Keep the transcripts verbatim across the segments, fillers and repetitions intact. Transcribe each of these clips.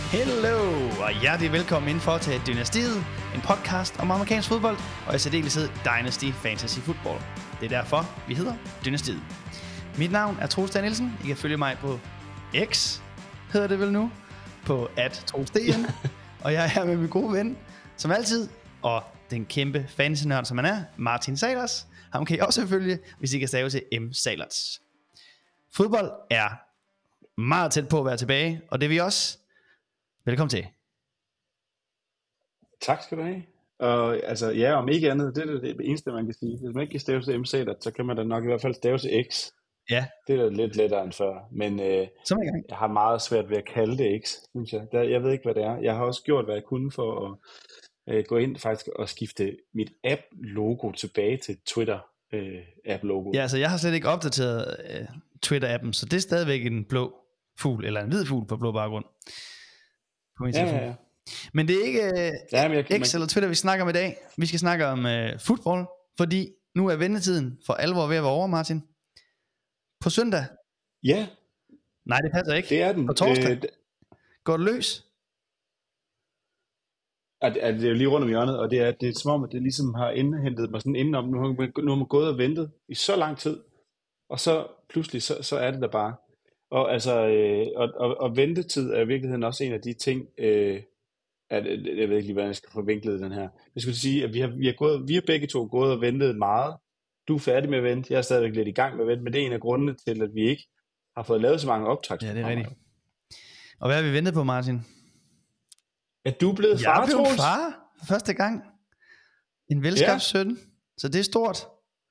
Hello, og hjertelig velkommen indenfor til Dynastiet, en podcast om amerikansk fodbold, og i særdeleshed Dynasty Fantasy Football. Det er derfor, vi hedder Dynastiet. Mit navn er Troels Dan Nielsen. I kan følge mig på X, hedder det vel nu, på at troels d n, og jeg er her med min gode ven, som altid, og den kæmpe fantasy-nørd, som han er, Martin Salers. Ham kan I også følge, hvis I kan stave til M. Salers. Fodbold er meget tæt på at være tilbage, og det er vi også. Velkommen til. Tak skal du have. Og altså, ja, om ikke andet, det er det eneste, man kan sige. Hvis man ikke kan stave til M C, så kan man da nok i hvert fald stave til X. Ja. Det er da lidt lettere end før. Men øh, jeg har meget svært ved at kalde det X, synes jeg. Der, jeg ved ikke, hvad det er. Jeg har også gjort, hvad jeg kunne for at øh, gå ind faktisk og skifte mit app-logo tilbage til Twitter-app-logo. Øh, ja, altså jeg har slet ikke opdateret øh, Twitter-appen, så det er stadigvæk en blå fugl, eller en hvid fugl på blå baggrund. Ja, ja, ja. Men det er ikke uh, ja, jeg, X man... eller Twitter, vi snakker om i dag. Vi skal snakke om uh, fodbold, fordi nu er ventetiden for alvor ved at være over, Martin. På søndag? Ja. Nej, det passer ikke. Det er den. På torsdag? Øh, Går det løs? At, at det er jo lige rundt om hjørnet, og det er, det er som om, at det ligesom har indhentet mig sådan indenom. Nu har, man, nu har man gået og ventet i så lang tid, og så pludselig, så, så er det der bare. Og altså, øh, og, og, og ventetid er i virkeligheden også en af de ting, øh, at, jeg ved ikke lige, hvordan jeg skal få vinklet den her. Jeg skulle sige, at vi har, vi har, gået, vi har begge to gået og ventet meget. Du er færdig med at vente, jeg er stadigvæk lidt i gang med at vente, men det er en af grundene til, at vi ikke har fået lavet så mange optagelser. Ja, det er rigtigt. Og hvad har vi ventet på, Martin? At du er blevet far, Jeg er blevet Troels. far første gang. En velskabssøn, ja. Så det er stort.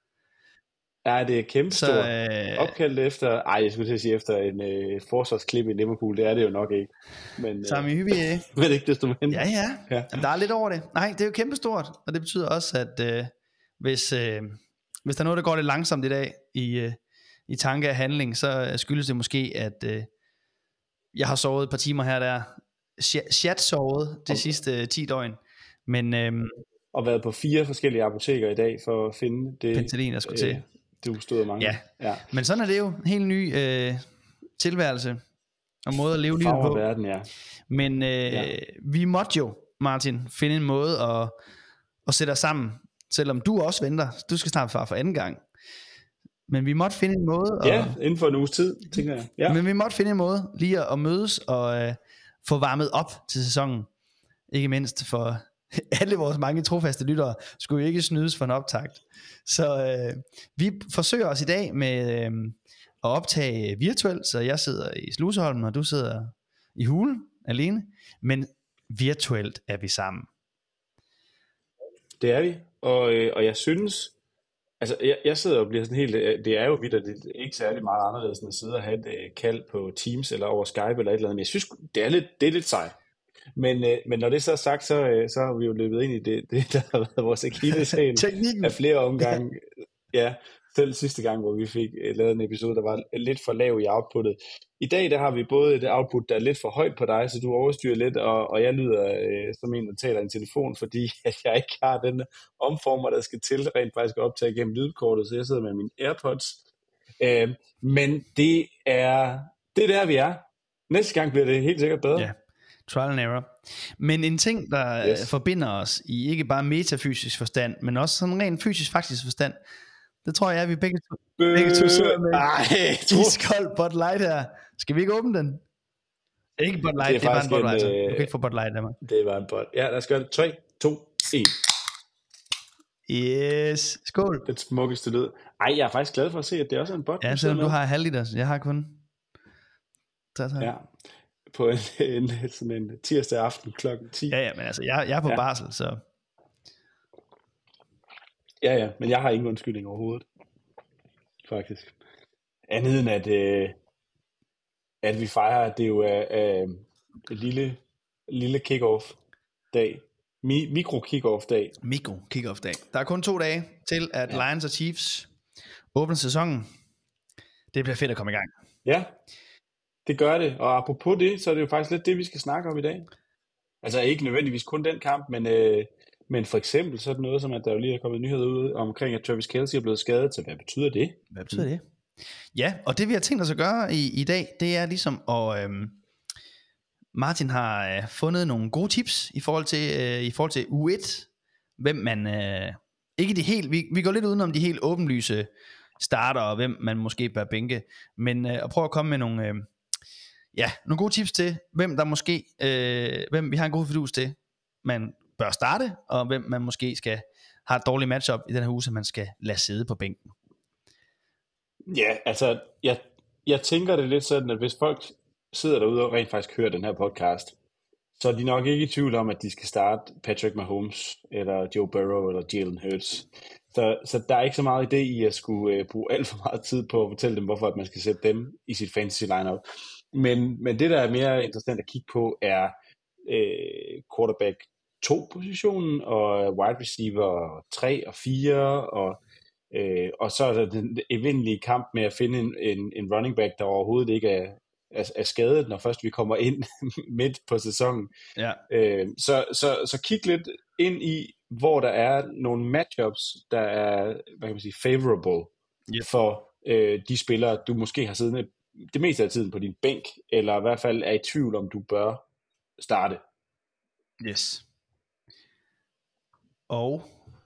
Ja, det er kæmpe stort. Så, øh... Opkaldt efter, ej, jeg skulle til at sige efter en øh, forsvarsklip i Liverpool, det er det jo nok ikke. Men, Sami Hyppie. Øh, men ikke desto mindre. Ja, ja. ja. Jamen, der er lidt over det. Nej, det er jo kæmpe stort, og det betyder også, at øh, hvis, øh, hvis der er noget, der går lidt langsomt i dag, i, øh, i tanke og handling, så skyldes det måske, at øh, jeg har sovet et par timer her der, chat-sovet de okay. sidste ti døgn. Men, øh, og været på fire forskellige apoteker i dag, for at finde det. Penicillin, jeg skulle øh, til. Du stod mange. Ja. ja, men sådan er det jo. En helt ny øh, tilværelse og måde at leve livet på. Verden, ja. Men øh, ja. vi måtte jo, Martin, finde en måde at, at sætte os sammen, selvom du også venter. Du skal snart far for anden gang. Men vi måtte finde en måde. Ja, at, inden for en uges tid, tænker jeg. Ja. Men vi måtte finde en måde lige at, at mødes og øh, få varmet op til sæsonen. Ikke mindst for alle vores mange trofaste lyttere skulle jo ikke snydes for en optakt. Så øh, vi forsøger os i dag med øh, at optage virtuelt, så jeg sidder i Sluseholmen, og du sidder i Hulen alene, men virtuelt er vi sammen. Det er vi, og, øh, og jeg synes, altså jeg, jeg sidder og bliver sådan helt, det er jo vidt, det er ikke særlig meget anderledes end at sidde og have et kald på Teams eller over Skype eller et eller andet, men jeg synes, det er lidt, det er lidt sejt. Men, øh, men når det så er sagt, så, øh, så har vi jo løbet ind i det, det der har været vores akilleshæl af flere omgange. Ja, selv sidste gang, hvor vi fik øh, lavet en episode, der var lidt for lav i outputtet. I dag der har vi både et output, der er lidt for højt på dig, så du overstyrer lidt, og, og jeg lyder øh, som en, der taler i en telefon, fordi at jeg ikke har den omformer, der skal til rent faktisk at optage gennem lydkortet, så jeg sidder med mine AirPods. Øh, men det er, det er der, vi er. Næste gang bliver det helt sikkert bedre. Ja. Trial and error. Men en ting, der yes. forbinder os i ikke bare metafysisk forstand, men også sådan rent fysisk faktisk forstand, det tror jeg, at vi begge to, Bøh, begge to sidder med ej, iskold Bud Light her. Skal vi ikke åbne den? Ikke Bud Light, det er, det er bare en Bud Light. Øh, du kan ikke få Bud Light af mig. Det var en Bud. Ja, lad os gøre det. tre, to, et. Yes. Skål. Den smukkeste lyd. Ej, jeg er faktisk glad for at se, at det også er en Bud. Ja, selvom du har halv liter, jeg har kun... Ja. På en, en, sådan en tirsdag aften klokken ti. Ja, ja, men altså, jeg, jeg er på ja. barsel, så... Ja, ja, men jeg har ingen undskyldning overhovedet. Faktisk. Andet end at, øh, at vi fejrer, at det jo er øh, et lille, lille kick-off-dag. Mi- mikro-kick-off-dag. Mikro-kick-off-dag. Der er kun to dage til, at ja. Lions og Chiefs åbner sæsonen. Det bliver fedt at komme i gang. Ja, det gør det, og apropos det, så er det jo faktisk lidt det, vi skal snakke om i dag. Altså ikke nødvendigvis kun den kamp, men, øh, men for eksempel så er det noget som, at der jo lige er kommet nyheder ud omkring, at Travis Kelce er blevet skadet, så hvad betyder det? Hvad betyder det? Ja, og det vi har tænkt os at gøre i, i dag, det er ligesom at, øhm, Martin har øh, fundet nogle gode tips i forhold til, øh, i forhold til U et, hvem man, øh, ikke de helt, vi, vi går lidt udenom de helt åbenlyse starter, og hvem man måske bør bænke, men øh, at prøve at komme med nogle, øh, ja, nogle gode tips til, hvem der måske, øh, hvem vi har en god fidus til, man bør starte, og hvem man måske skal have et dårligt matchup i den her uge, så man skal lade sidde på bænken. Ja, altså, jeg, jeg tænker det lidt sådan, at hvis folk sidder derude og rent faktisk hører den her podcast, så er de nok ikke i tvivl om, at de skal starte Patrick Mahomes, eller Joe Burrow, eller Jalen Hurts. Så, så der er ikke så meget idé i at skulle uh, bruge alt for meget tid på at fortælle dem, hvorfor at man skal sætte dem i sit fantasy lineup. Men, men det, der er mere interessant at kigge på, er uh, quarterback to-positionen, og wide receiver tre og fire, og Øh, og så er der den evindelige kamp med at finde en, en, en running back, der overhovedet ikke er, er, er skadet, når først vi kommer ind midt på sæsonen. Ja. Øh, så, så, så kig lidt ind i, hvor der er nogle matchups, der er, hvad kan man sige, favorable Yep. for øh, de spillere, du måske har siddende det meste af tiden på din bænk, eller i hvert fald er i tvivl om, du bør starte. Yes. Og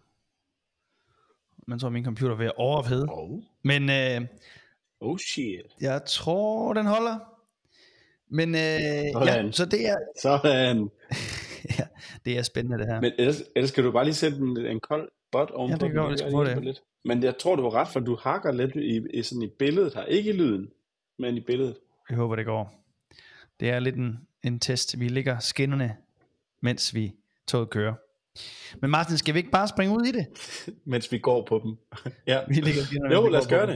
man tror, min computer er ved at overophede. Oh. Men øh, oh shit. jeg tror, den holder. Men øh, ja, så det er Sådan. ja, det er spændende det her. Men ellers, ellers skal du bare lige sætte en, en kold bot ovenpå. Ja, det går, det skal få det. Lidt. Men jeg tror, du har ret, for du hakker lidt i, i, sådan i billedet her. Ikke i lyden, men i billedet. Jeg håber, det går. Det er lidt en, en test. Vi ligger skinnerne, mens vi toget kører. Men Martin, skal vi ikke bare springe ud i det? Mens vi går på dem. Ja. Vi ligger skinnerne, jo, lad os gøre det.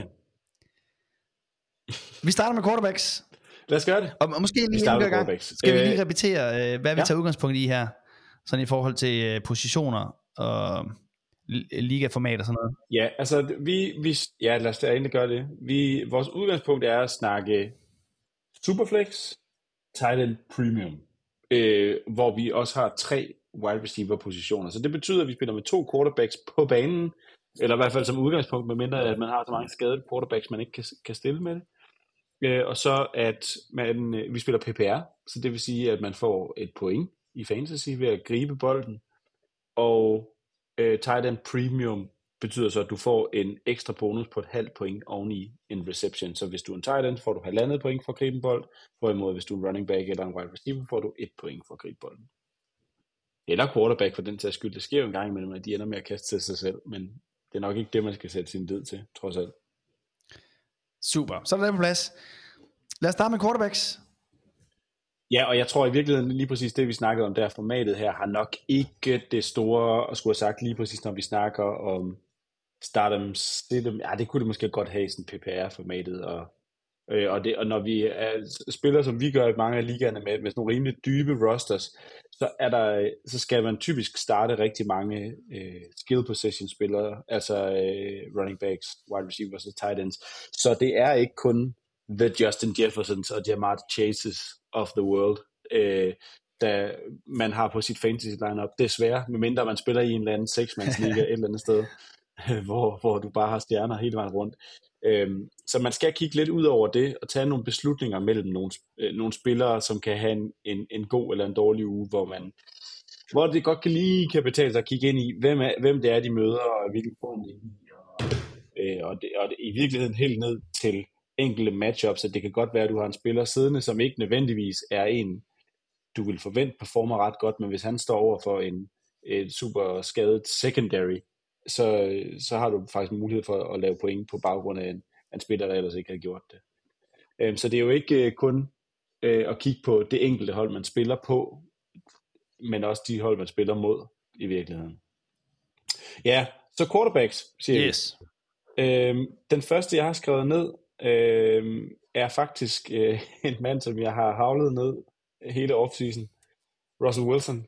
Vi starter med quarterbacks. Lad os gøre det. Og måske lige inden vi går i gang, skal vi lige repetere, øh, hvad vi ja. tager udgangspunkt i her, sådan i forhold til øh, positioner og ligaformat og sådan noget. Ja, altså vi, vi ja, lad os da egentlig gøre det. Vi, vores udgangspunkt er at snakke Superflex, Tight End Premium, øh, hvor vi også har tre wide receiver positioner. Så det betyder, at vi spiller med to quarterbacks på banen, eller i hvert fald som udgangspunkt, medmindre at man har så mange skadede quarterbacks, man ikke kan, kan stille med det. Øh, og så at man, vi spiller P P R, så det vil sige, at man får et point i fantasy ved at gribe bolden. Og øh, Tight End Premium betyder så, at du får en ekstra bonus på et halvt point oven i en reception. Så hvis du er en tight end, får du halvandet point for at gribe en bold, hvorimod hvis du er en running back eller en wide receiver, får du et point for at gribe bolden. Eller quarterback for den tages skyld. Det sker jo en gang imellem, at de ender med at kaste til sig selv, men det er nok ikke det, man skal sætte sin lid til, trods alt. Super, så er det på plads. Lad os starte med quarterbacks. Ja, og jeg tror i virkeligheden lige præcis det, vi snakkede om der, formatet her, har nok ikke det store at skulle have sagt lige præcis, når vi snakker om Stardom, Stidum. Ja, det kunne det måske godt have, sådan P P R-formatet, og, øh, og, det, og når vi er, spiller, som vi gør i mange af ligaerne med, med sådan nogle rimelig dybe rosters, så, er der, så skal man typisk starte rigtig mange øh, skill possession spillere, altså øh, running backs, wide receivers og tight ends. Så det er ikke kun the Justin Jeffersons og Jamar Chases of the world, øh, der man har på sit fantasy lineup. Desværre, medmindre man spiller i en eller anden seksmandsliga et eller andet sted, hvor, hvor du bare har stjerner hele vejen rundt. Øhm, så man skal kigge lidt ud over det og tage nogle beslutninger mellem nogle, øh, nogle spillere, som kan have en, en, en god eller en dårlig uge, hvor man hvor det godt kan lige kan betale sig at kigge ind i, hvem, er, hvem det er, de møder, og hvilken form det er i. Og, øh, og, det, og det, i virkeligheden helt ned til enkelte matchups, at det kan godt være, at du har en spiller siddende, som ikke nødvendigvis er en, du vil forvente performer ret godt, men hvis han står over for en, en super skadet secondary, så, så har du faktisk mulighed for at lave point på baggrund af en, en spiller, der ellers ikke har gjort det. Øhm, så det er jo ikke kun øh, at kigge på det enkelte hold, man spiller på, men også de hold, man spiller mod i virkeligheden. Ja, så quarterbacks, siger yes. vi. Øhm, den første, jeg har skrevet ned, øh, er faktisk øh, en mand, som jeg har havlet ned hele offseason, Russell Wilson,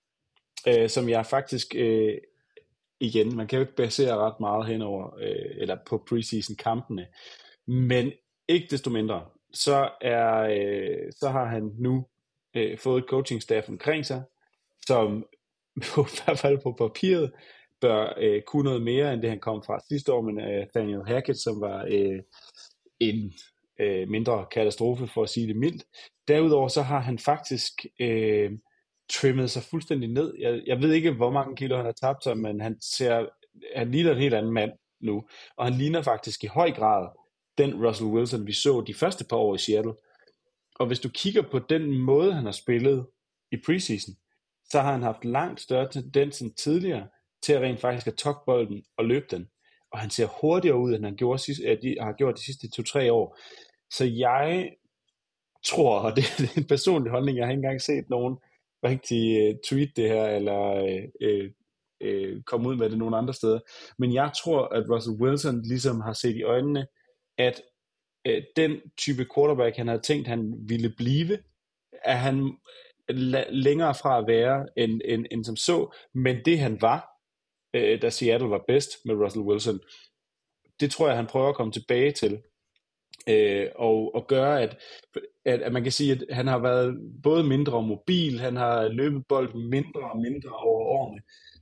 øh, som jeg faktisk øh, igen, man kan jo ikke basere ret meget henover øh, eller på preseason kampene, men ikke desto mindre, så er øh, så har han nu øh, fået et coaching staff omkring sig, som på, i hvert fald på papiret bør øh, kunne noget mere end det han kom fra sidste år, men øh, Nathaniel Hackett, som var øh, en øh, mindre katastrofe, for at sige det mildt. Derudover så har han faktisk øh, trimmet sig fuldstændig ned. Jeg, jeg ved ikke, hvor mange kilo han har tabt sig, men han ser, han ligner en helt anden mand nu. Og han ligner faktisk i høj grad den Russell Wilson, vi så de første par år i Seattle. Og hvis du kigger på den måde, han har spillet i preseason, så har han haft langt større tendens end tidligere til at rent faktisk at tokke bolden og løbe den. Og han ser hurtigere ud, end han gjorde sidste, øh, de, har gjort de sidste to-tre år. Så jeg tror, og det er en personlig holdning, jeg har ikke engang set nogen rigtig uh, tweet det her, eller uh, uh, komme ud med det nogle andre steder. Men jeg tror, at Russell Wilson ligesom har set i øjnene, at uh, den type quarterback, han havde tænkt, han ville blive, er han la- længere fra at være end, end, end som så. Men det han var, uh, da Seattle var bedst med Russell Wilson, det tror jeg, han prøver at komme tilbage til. Øh, og, og gøre, at, at, at man kan sige, at han har været både mindre mobil, han har løbet bolden mindre og mindre over årene.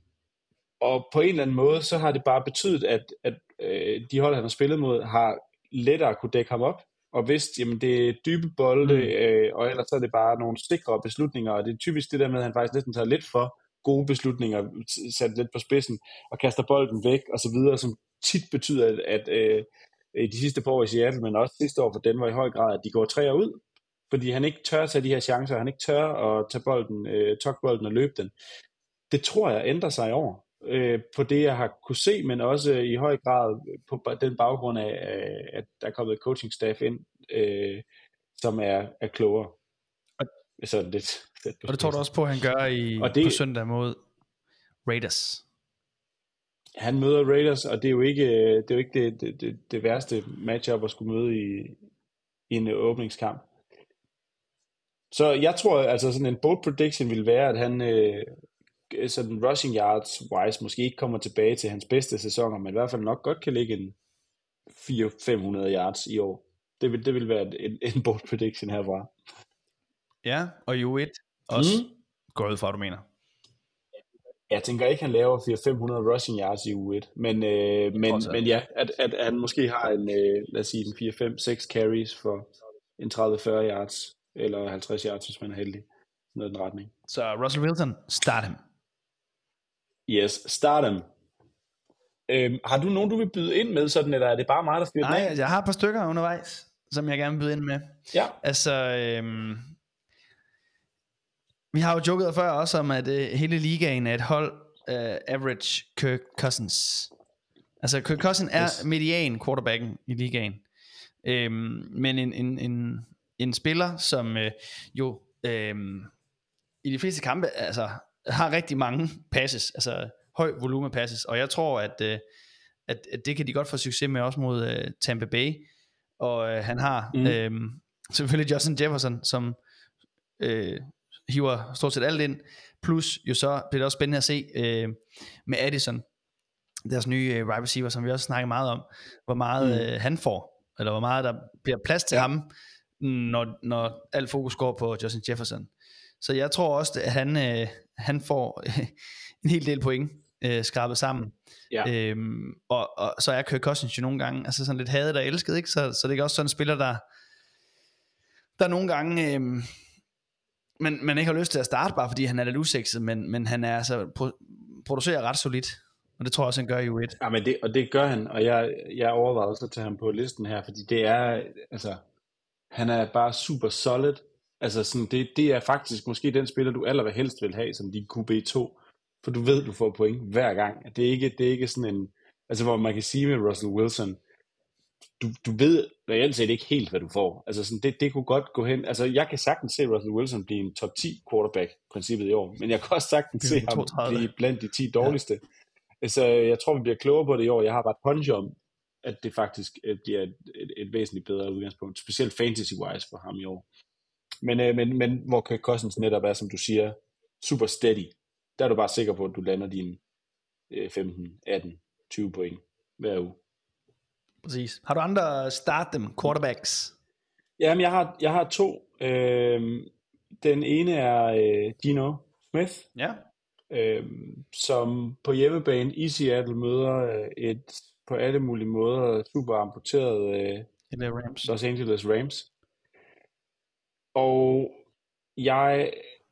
Og på en eller anden måde, så har det bare betydet, at, at øh, de hold, han har spillet mod, har lettere kunne dække ham op. Og hvis jamen, det er dybe bolde, øh, og ellers så er det bare nogle sikre beslutninger, og det er typisk det der med, at han faktisk næsten tager lidt for gode beslutninger, sat lidt på spidsen, og kaster bolden væk, og så videre, som tit betyder, at, at øh, i de sidste par år i Seattle, men også sidste år for Denver i høj grad, at de går træer ud, fordi han ikke tør at tage de her chancer, han ikke tør at tage bolden, øh, tokke bolden og løbe den. Det tror jeg ændrer sig i år, øh, på det jeg har kunne se, men også i høj grad på den baggrund af, at der er kommet et coaching staff ind, øh, som er, er klogere. Og, så lidt, og det tror du også på, at han gør i, det, på søndag mod Raiders? Han møder Raiders, og det er jo ikke det, er jo ikke det, det, det, det værste matchup at skulle møde i, i en åbningskamp. Så jeg tror, altså sådan en bold prediction vil være, at han øh, sådan rushing yards wise måske ikke kommer tilbage til hans bedste sæsoner, men i hvert fald nok godt kan ligge en fire til fem hundrede yards i år. Det vil, det vil være en, en bold prediction herfra. Ja, og U et også mm. går ud fra, du mener. Jeg tænker ikke, han laver fire til fem hundrede rushing yards i U et, men, øh, men, men ja, at, at, at han måske har en, øh, lad os sige, en fire, fem, seks carries for en tredive til fyrre yards, eller halvtreds yards, hvis man er heldig. Noget i den retning. Så Russell Wilson, start ham. Yes, start ham. Øhm, har du nogen, du vil byde ind med, sådan, eller er det bare mig, der styrer? Nej, jeg har et par stykker undervejs, som jeg gerne vil byde ind med. Ja. Altså, øhm, vi har jo joket før også om, at øh, hele ligaen er et hold øh, average Kirk Cousins. Altså Kirk Cousins er yes. median quarterbacken i ligaen. Øhm, men en, en, en, en spiller, som øh, jo øh, i de fleste kampe altså, har rigtig mange passes, altså høj volumen passes. Og jeg tror, at, øh, at, at det kan de godt få succes med også mod øh, Tampa Bay. Og øh, han har mm. øh, selvfølgelig Justin Jefferson, som... Øh, hiver stort set alt ind, plus jo så bliver det også spændende at se øh, med Addison, deres nye øh, wide receiver, som vi også snakker meget om, hvor meget mm. øh, han får, eller hvor meget der bliver plads til ja. ham, når, når alt fokus går på Justin Jefferson. Så jeg tror også, at han, øh, han får øh, en hel del point øh, skrabet sammen. Ja. Øhm, og, og så er Kirk Cousins jo nogle gange altså sådan lidt hadet og elsket, ikke? Så, så det er også sådan en spiller, der der nogle gange... Øh, Men man ikke har lyst til at starte, bare fordi han er lidt usekset, men, men han er altså pro- producerer ret solidt, og det tror jeg også, han gør i U et. Ja, men det, og det gør han, og jeg, jeg overvejer også at tage ham på listen her, fordi det er, altså, han er bare super solid. Altså, sådan, det, det er faktisk måske den spiller, du allerhelst vil have, som din Q B to, for du ved, du får point hver gang. Det er ikke, det er ikke sådan en, altså, hvor man kan sige med Russell Wilson, Du, du ved reelt set ikke helt, hvad du får. Altså sådan, det, det kunne godt gå hen. Altså jeg kan sagtens se Russell Wilson blive en top ti quarterback princippet i år, men jeg kan også sagtens se ham blive blandt de ti dårligste. Ja. Altså jeg tror, vi bliver klogere på det i år. Jeg har ret punch om, at det faktisk bliver et, et, et væsentligt bedre udgangspunkt, specielt fantasy-wise for ham i år. Men, øh, men, men hvor Kirk Cousins netop er, som du siger, super steady. Der er du bare sikker på, at du lander dine øh, femten, atten, tyve point hver uge. Præcis. Har du andre start dem, quarterbacks? Jamen, jeg har, jeg har to. Øhm, den ene er øh, Geno Smith, ja. øhm, som på hjemmebane i Seattle møder øh, et på alle mulige måder super amputeret øh, Eller Rams. Los Angeles Rams. Og jeg,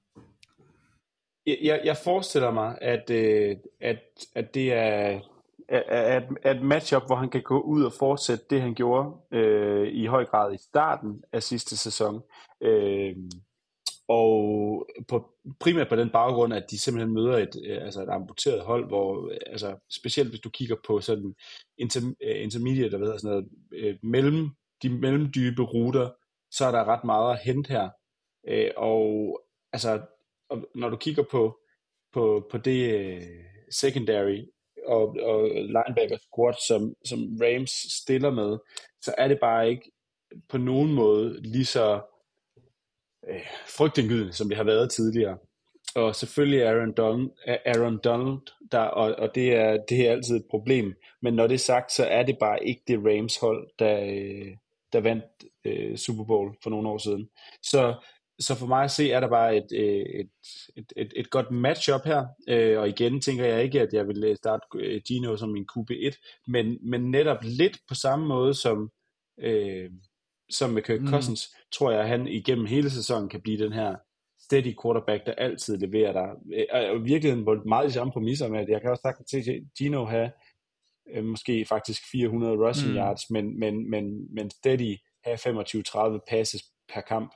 jeg, jeg forestiller mig, at, at, at det er at, at matchup, hvor han kan gå ud og fortsætte det, han gjorde øh, i høj grad i starten af sidste sæson. Øh, og på, primært på den baggrund, at de simpelthen møder et, altså et amputeret hold, hvor altså, specielt hvis du kigger på sådan inter, intermediate, der ved sådan noget, øh, mellem, de mellemdybe ruter, så er der ret meget at hente her. Øh, og altså, når du kigger på, på, på det øh, secondary og, og linebacker squad, som, som Rams stiller med, så er det bare ikke på nogen måde lige så øh, frygtindgydende, som det har været tidligere. Og selvfølgelig Aaron Donald, Aaron Donald der, og, og det, er, det er altid et problem. Men når det er sagt, så er det bare ikke det Rams hold, der, der vandt øh, Super Bowl for nogle år siden. Så, så for mig at se, er der bare et, et, et, et, et godt matchup her. Øh, og igen tænker jeg ikke, at jeg vil starte Gino som min Q B et, men, men netop lidt på samme måde som... Øh, som med Kirk Cousins, mm. tror jeg, at han igennem hele sæsonen kan blive den her steady quarterback, der altid leverer dig. Og i virkeligheden på meget de samme præmisser med, at jeg kan også sagtens se Gino have øh, måske faktisk fire hundrede rushing mm. yards, men, men, men, men steady have femogtyve til tredive passes per kamp.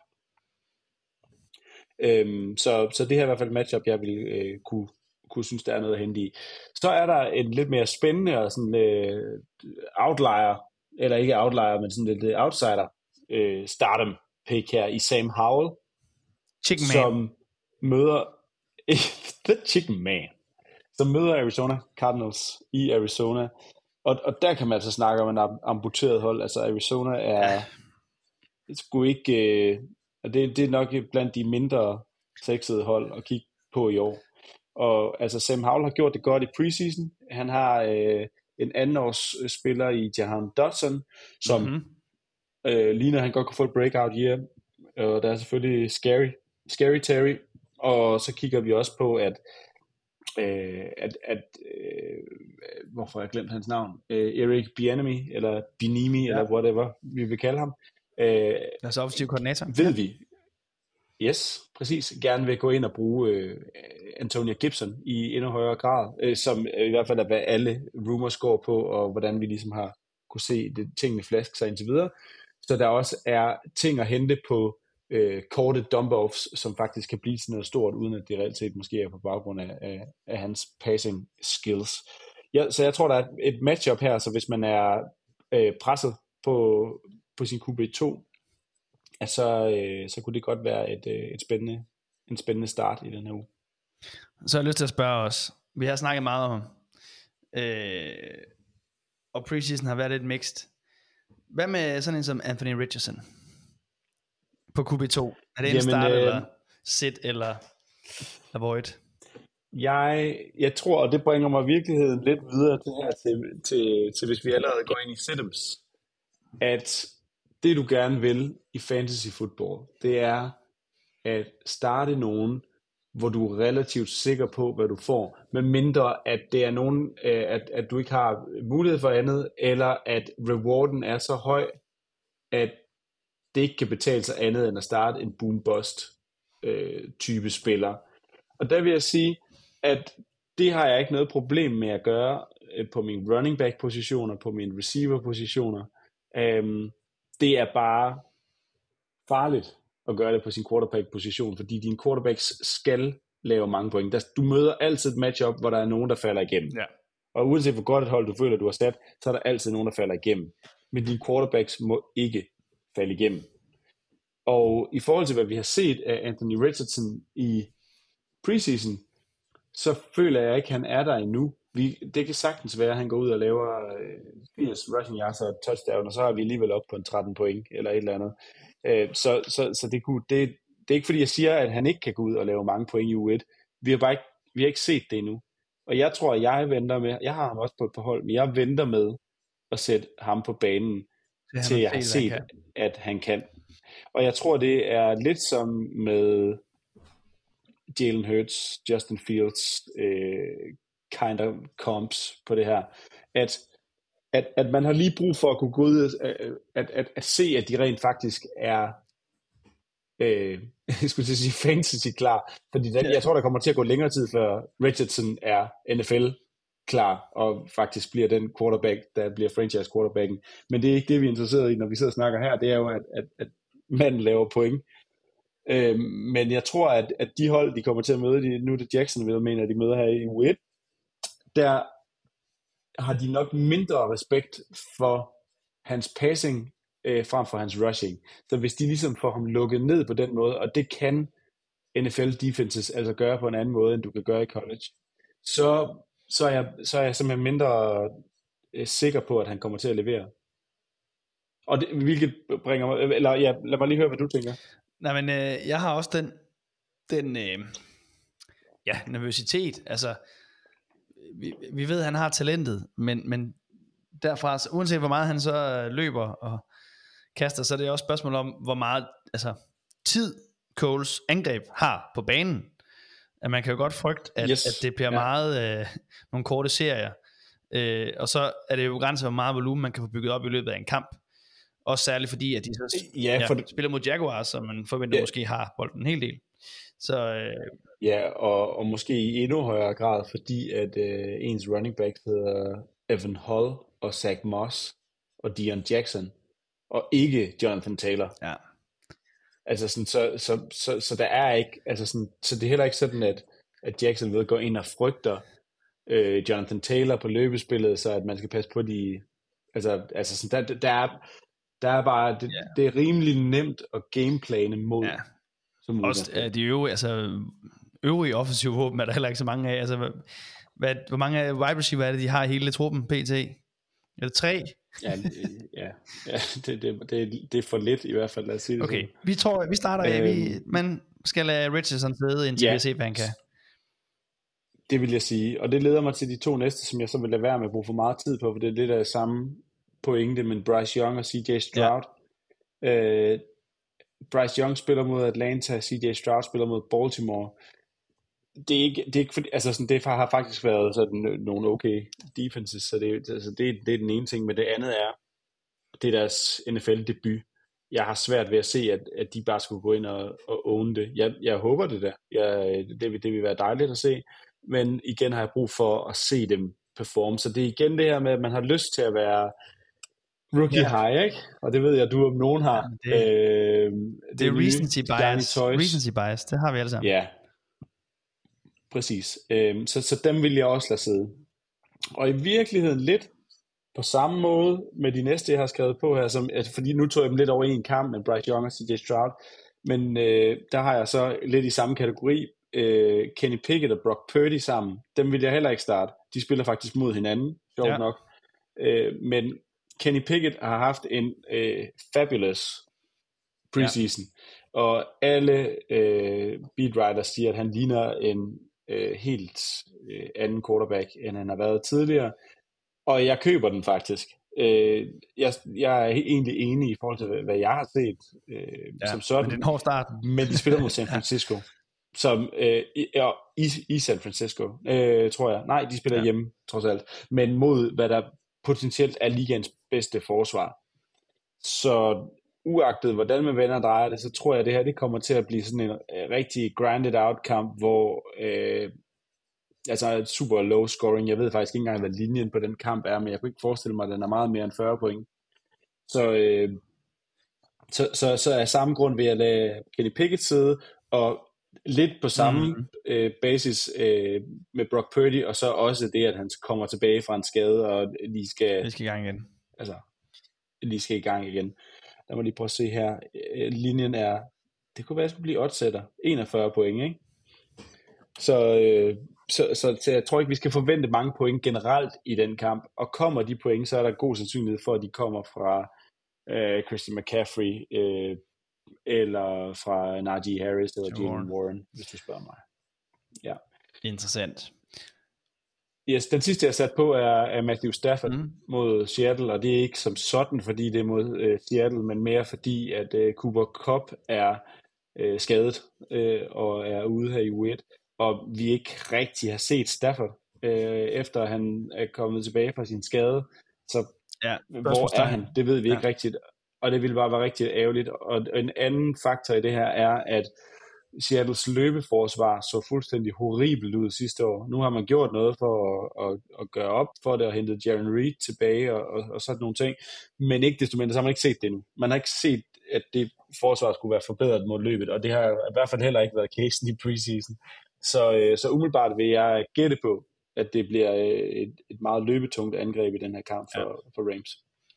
Øhm, så, så det her er i hvert fald et matchup, jeg vil øh, kunne, kunne synes, der er noget at hente i. Så er der en lidt mere spændende og sådan øh, outlier, eller ikke outlier, men sådan lidt outsider øh, stardom pick her i Sam Howell, Chicken som Man. møder The Chicken Man, som møder Arizona Cardinals i Arizona, og, og der kan man altså snakke om en amputeret hold. Altså Arizona er sgu ikke øh, det, det er nok blandt de mindre sexede hold at kigge på i år. Og altså Sam Howell har gjort det godt i preseason. Han har øh, en andenårs spiller i Jahan Dotson, som mm-hmm. øh, ligner han godt kunne få et breakout year. Og der er selvfølgelig Scary, Scary Terry. Og så kigger vi også på, at, øh, at, at øh, hvorfor har jeg glemt hans navn? Øh, Eric Bieniemy, eller Bieniemy, ja. eller whatever vi vil kalde ham. Øh, altså offensiv koordinator. Ved vi. Yes, præcis. Gerne vil gå ind og bruge øh, Antonio Gibson i endnu højere grad, øh, som i hvert fald er, hvad alle rumors går på, og hvordan vi ligesom har kunne se det, tingene flaske sig indtil videre. Så der også er ting at hente på øh, korte dump-offs, som faktisk kan blive sådan noget stort, uden at det reelt set måske er på baggrund af, af, af hans passing skills. Ja, så jeg tror, der er et matchup her, så hvis man er øh, presset på, på sin Q B to, at så, øh, så kunne det godt være et, øh, et spændende, en spændende start i den her uge. Så har jeg lyst til at spørge os. Vi har snakket meget om, øh, og preseason har været lidt mixed. Hvad med sådan en som Anthony Richardson på Q B to? Er det en Jamen, start, øh, eller sit, eller avoid? Jeg, jeg tror, og det bringer mig i virkeligheden lidt videre til, her, til, til, til hvis vi allerede går ind i setups, at det du gerne vil i fantasy football, det er at starte nogen, hvor du er relativt sikker på, hvad du får, med mindre at det er nogen, at, at du ikke har mulighed for andet, eller at rewarden er så høj, at det ikke kan betale sig andet end at starte en boom-bust øh, type spiller. Og der vil jeg sige, at det har jeg ikke noget problem med at gøre øh, på mine running back positioner, på mine receiver positioner. Um, det er bare farligt at gøre det på sin quarterback position, fordi dine quarterbacks skal lave mange point. Der, du møder altid et matchup, hvor der er nogen, der falder igennem. Ja. Og uanset hvor godt et hold du føler, du har sat, så er der altid nogen, der falder igennem. Men dine quarterbacks må ikke falde igennem. Og i forhold til, hvad vi har set af Anthony Richardson i preseason, så føler jeg ikke, at han er der endnu. Vi, det kan sagtens være, at han går ud og laver firs rushing yards og touchdown, og så er vi alligevel op på en tretten point, eller et eller andet. Så, så, så det, kunne, det, det er ikke fordi, jeg siger, at han ikke kan gå ud og lave mange point i U et. Vi har bare ikke, vi har ikke set det endnu. Og jeg tror, at jeg venter med, jeg har ham også på et par hold, men jeg venter med at sætte ham på banen, til jeg har set, han at han kan. Og jeg tror, det er lidt som med Jalen Hurts, Justin Fields, øh, kind of comps på det her, at, at, at man har lige brug for at kunne gå ud, at, at, at, at se, at de rent faktisk er, øh, jeg skulle til at sige fantasy klar, fordi der, jeg tror, der kommer til at gå længere tid, før Richardson er N F L klar, og faktisk bliver den quarterback, der bliver franchise quarterbacken. Men det er ikke det, vi er interesseret i, når vi sidder og snakker her, det er jo, at, at, at manden laver point. Øh, men jeg tror, at, at de hold, de kommer til at møde, de, nu er det Jacksonville, mener de møder her i uge et, der har de nok mindre respekt for hans passing, øh, frem for hans rushing. Så hvis de ligesom får ham lukket ned på den måde, og det kan N F L defenses altså gøre på en anden måde, end du kan gøre i college, så, så, er, jeg, så er jeg simpelthen mindre øh, sikker på, at han kommer til at levere. Og det, hvilket bringer mig, eller ja, lad mig lige høre, hvad du tænker. Nej, men øh, jeg har også den, den øh, ja, nervøsitet. Altså, vi, vi ved, at han har talentet, men, men derfra, så, uanset hvor meget han så løber og kaster, så er det også et spørgsmål om, hvor meget altså, tid Coles angreb har på banen. At man kan jo godt frygte, at, yes. at det bliver ja. meget øh, nogle korte serier. Øh, og så er det jo begrænset, hvor meget volumen man kan få bygget op i løbet af en kamp. Også særligt fordi, at de så ja, for ja, spiller mod Jaguars, så man forventer ja. måske har bolden en hel del. Så, øh, ja, og, og måske i endnu højere grad, fordi at øh, ens running back hedder Evan Hull og Zach Moss og Deion Jackson, og ikke Jonathan Taylor. Ja. Altså sådan, så, så, så, så der er ikke, altså sådan, så det er heller ikke sådan, at, at Jackson ved går ind og frygter øh, Jonathan Taylor på løbespillet, så at man skal passe på de, altså, altså sådan, der, der er, der er bare, det, yeah. det er rimelig nemt at gameplane mod. Ja. Som også uh, de øvrige, altså øvrige offensive våben er der heller ikke så mange af. Altså, hvad, hvor mange wide receiver er det, de har i hele truppen, P T? Er det tre? ja, ja, ja det, det, det, det er for lidt i hvert fald, lad os sige det. Okay, vi tror, vi starter af, øhm, vi, man skal lade Richardson sidde, indtil ja, vi ser, hvad han kan. Det vil jeg sige, og det leder mig til de to næste, som jeg så vil lade være med at bruge for meget tid på, for det er lidt af samme pointe, men Bryce Young og C J Stroud. Ja. Øh, Bryce Young spiller mod Atlanta, C J Stroud spiller mod Baltimore. Det er ikke, det er ikke fordi, altså sådan, det har faktisk været sådan nogle okay defenses, så det, altså det, det er den ene ting, men det andet er, det er deres N F L-debut. Jeg har svært ved at se, at, at de bare skulle gå ind og, og own det. Jeg, jeg håber det der. Jeg, det, vil, det vil være dejligt at se, men igen har jeg brug for at se dem performe, så det er igen det her med, at man har lyst til at være rookie yeah. high, ikke? Og det ved jeg, du om nogen har. Ja, det, øh, det, det er recency bias. Recency bias, det har vi alle sammen. Ja, præcis. Øh, så, så dem vil jeg også lade sidde. Og i virkeligheden lidt på samme måde med de næste, jeg har skrevet på her, som, altså, fordi nu tog jeg dem lidt over i en kamp med Bryce Young og C J Stroud, men øh, der har jeg så lidt i samme kategori, øh, Kenny Pickett og Brock Purdy sammen. Dem vil jeg heller ikke starte. De spiller faktisk mod hinanden, sjovt ja. nok. Øh, men Kenny Pickett har haft en øh, fabulous preseason, ja. og alle øh, beatwriters siger, at han ligner en øh, helt øh, anden quarterback, end han har været tidligere, og jeg køber den faktisk. Øh, jeg, jeg er egentlig enig i forhold til, hvad jeg har set øh, ja, som sådan, men det er en hård start. Men de spiller mod San Francisco, som øh, i, i San Francisco, øh, tror jeg. Nej, de spiller ja. hjemme, trods alt, men mod, hvad der potentielt er ligaens bedste forsvar. Så uagtet hvordan man vender drejer det, så tror jeg, at det her det kommer til at blive sådan en uh, rigtig grinded out kamp, hvor øh, altså super low scoring. Jeg ved faktisk ikke engang, hvad linjen på den kamp er, men jeg kunne ikke forestille mig, at den er meget mere end fyrre point. Så, øh, så, så, så af samme grund vil jeg lade Kenny Pickett sidde, og lidt på samme mm. øh, basis øh, med Brock Purdy, og så også det, at han kommer tilbage fra en skade, og lige skal, lige skal i gang igen. Altså, lige skal i gang igen. Lad mig lige prøve at se her. Øh, linjen er, det kunne være, at det skulle blive oddsætter. enogfyrre point, ikke? Så, øh, så, så, så jeg tror ikke, vi skal forvente mange point generelt i den kamp, og kommer de point, så er der god sandsynlighed for, at de kommer fra øh, Christian McCaffrey, øh, eller fra Najee Harris eller Jalen Warren. Warren, hvis du spørger mig. Ja. Interessant. Yes, den sidste jeg har sat på er, er Matthew Stafford mm. mod Seattle, og det er ikke som sådan, fordi det er mod uh, Seattle, men mere fordi, at uh, Cooper Kupp er uh, skadet uh, og er ude her i uge et, og vi ikke rigtig har set Stafford, uh, efter han er kommet tilbage fra sin skade. Så Ja, hvor er han? Det ved vi ikke ja. rigtigt. Og det ville bare være rigtig ærgerligt. Og en anden faktor i det her er, at Seattles løbeforsvar så fuldstændig horribelt ud sidste år. Nu har man gjort noget for at, at, at gøre op for det, og hentet Jarran Reed tilbage og, og, og sådan nogle ting. Men ikke desto mindre, så har man ikke set det endnu. Man har ikke set, at det forsvar skulle være forbedret mod løbet, og det har i hvert fald heller ikke været casen i preseason. Så, øh, så umiddelbart vil jeg gætte på, at det bliver et, et meget løbetungt angreb i den her kamp for, ja. for Rams.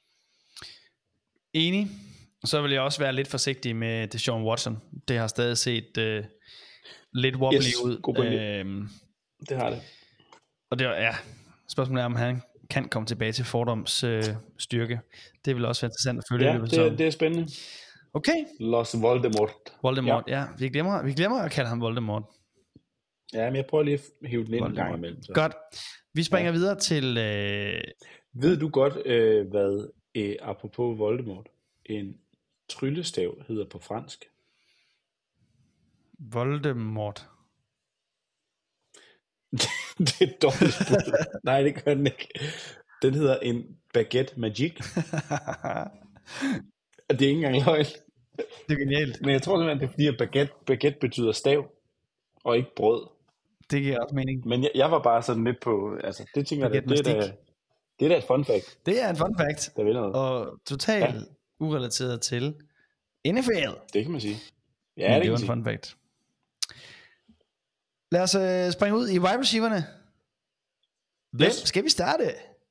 Enig. Så vil jeg også være lidt forsigtig med Deshaun Watson. Det har stadig set øh, lidt wobbly yes, ud. Øhm, det har det. Og det er, ja, spørgsmålet er, om han kan komme tilbage til fordoms øh, styrke. Det vil også være interessant at følge. Ja, det, det, det er spændende. Okay. Los Voldemort. Voldemort, ja. ja. Vi, glemmer, vi glemmer at kalde ham Voldemort. Ja, men jeg prøver lige at hive den ind en gang imellem. Så. Godt. Vi springer ja. videre til... Øh... Ved du godt, øh, hvad, øh, apropos Voldemort, en tryllestav hedder på fransk? Voldemort. Det er dårligt spurgt. Nej, det gør den ikke. Den hedder en baguette magique. Og det er ikke engang løgn. Det er genialt. Men jeg tror simpelthen, det er fordi, at baguette, baguette betyder stav, og ikke brød. Det giver også mening. Men jeg, jeg var bare sådan lidt på, altså det tænker jeg, det, det, er da, det er da et fun fact. Det er en fun fact. Der vil noget. Og totalt ja. urelateret til N F L. Det kan man sige. Ja, Men det, det er en fun fact. Lad os uh, springe ud i wide receiverne. Hvem yes. skal vi starte?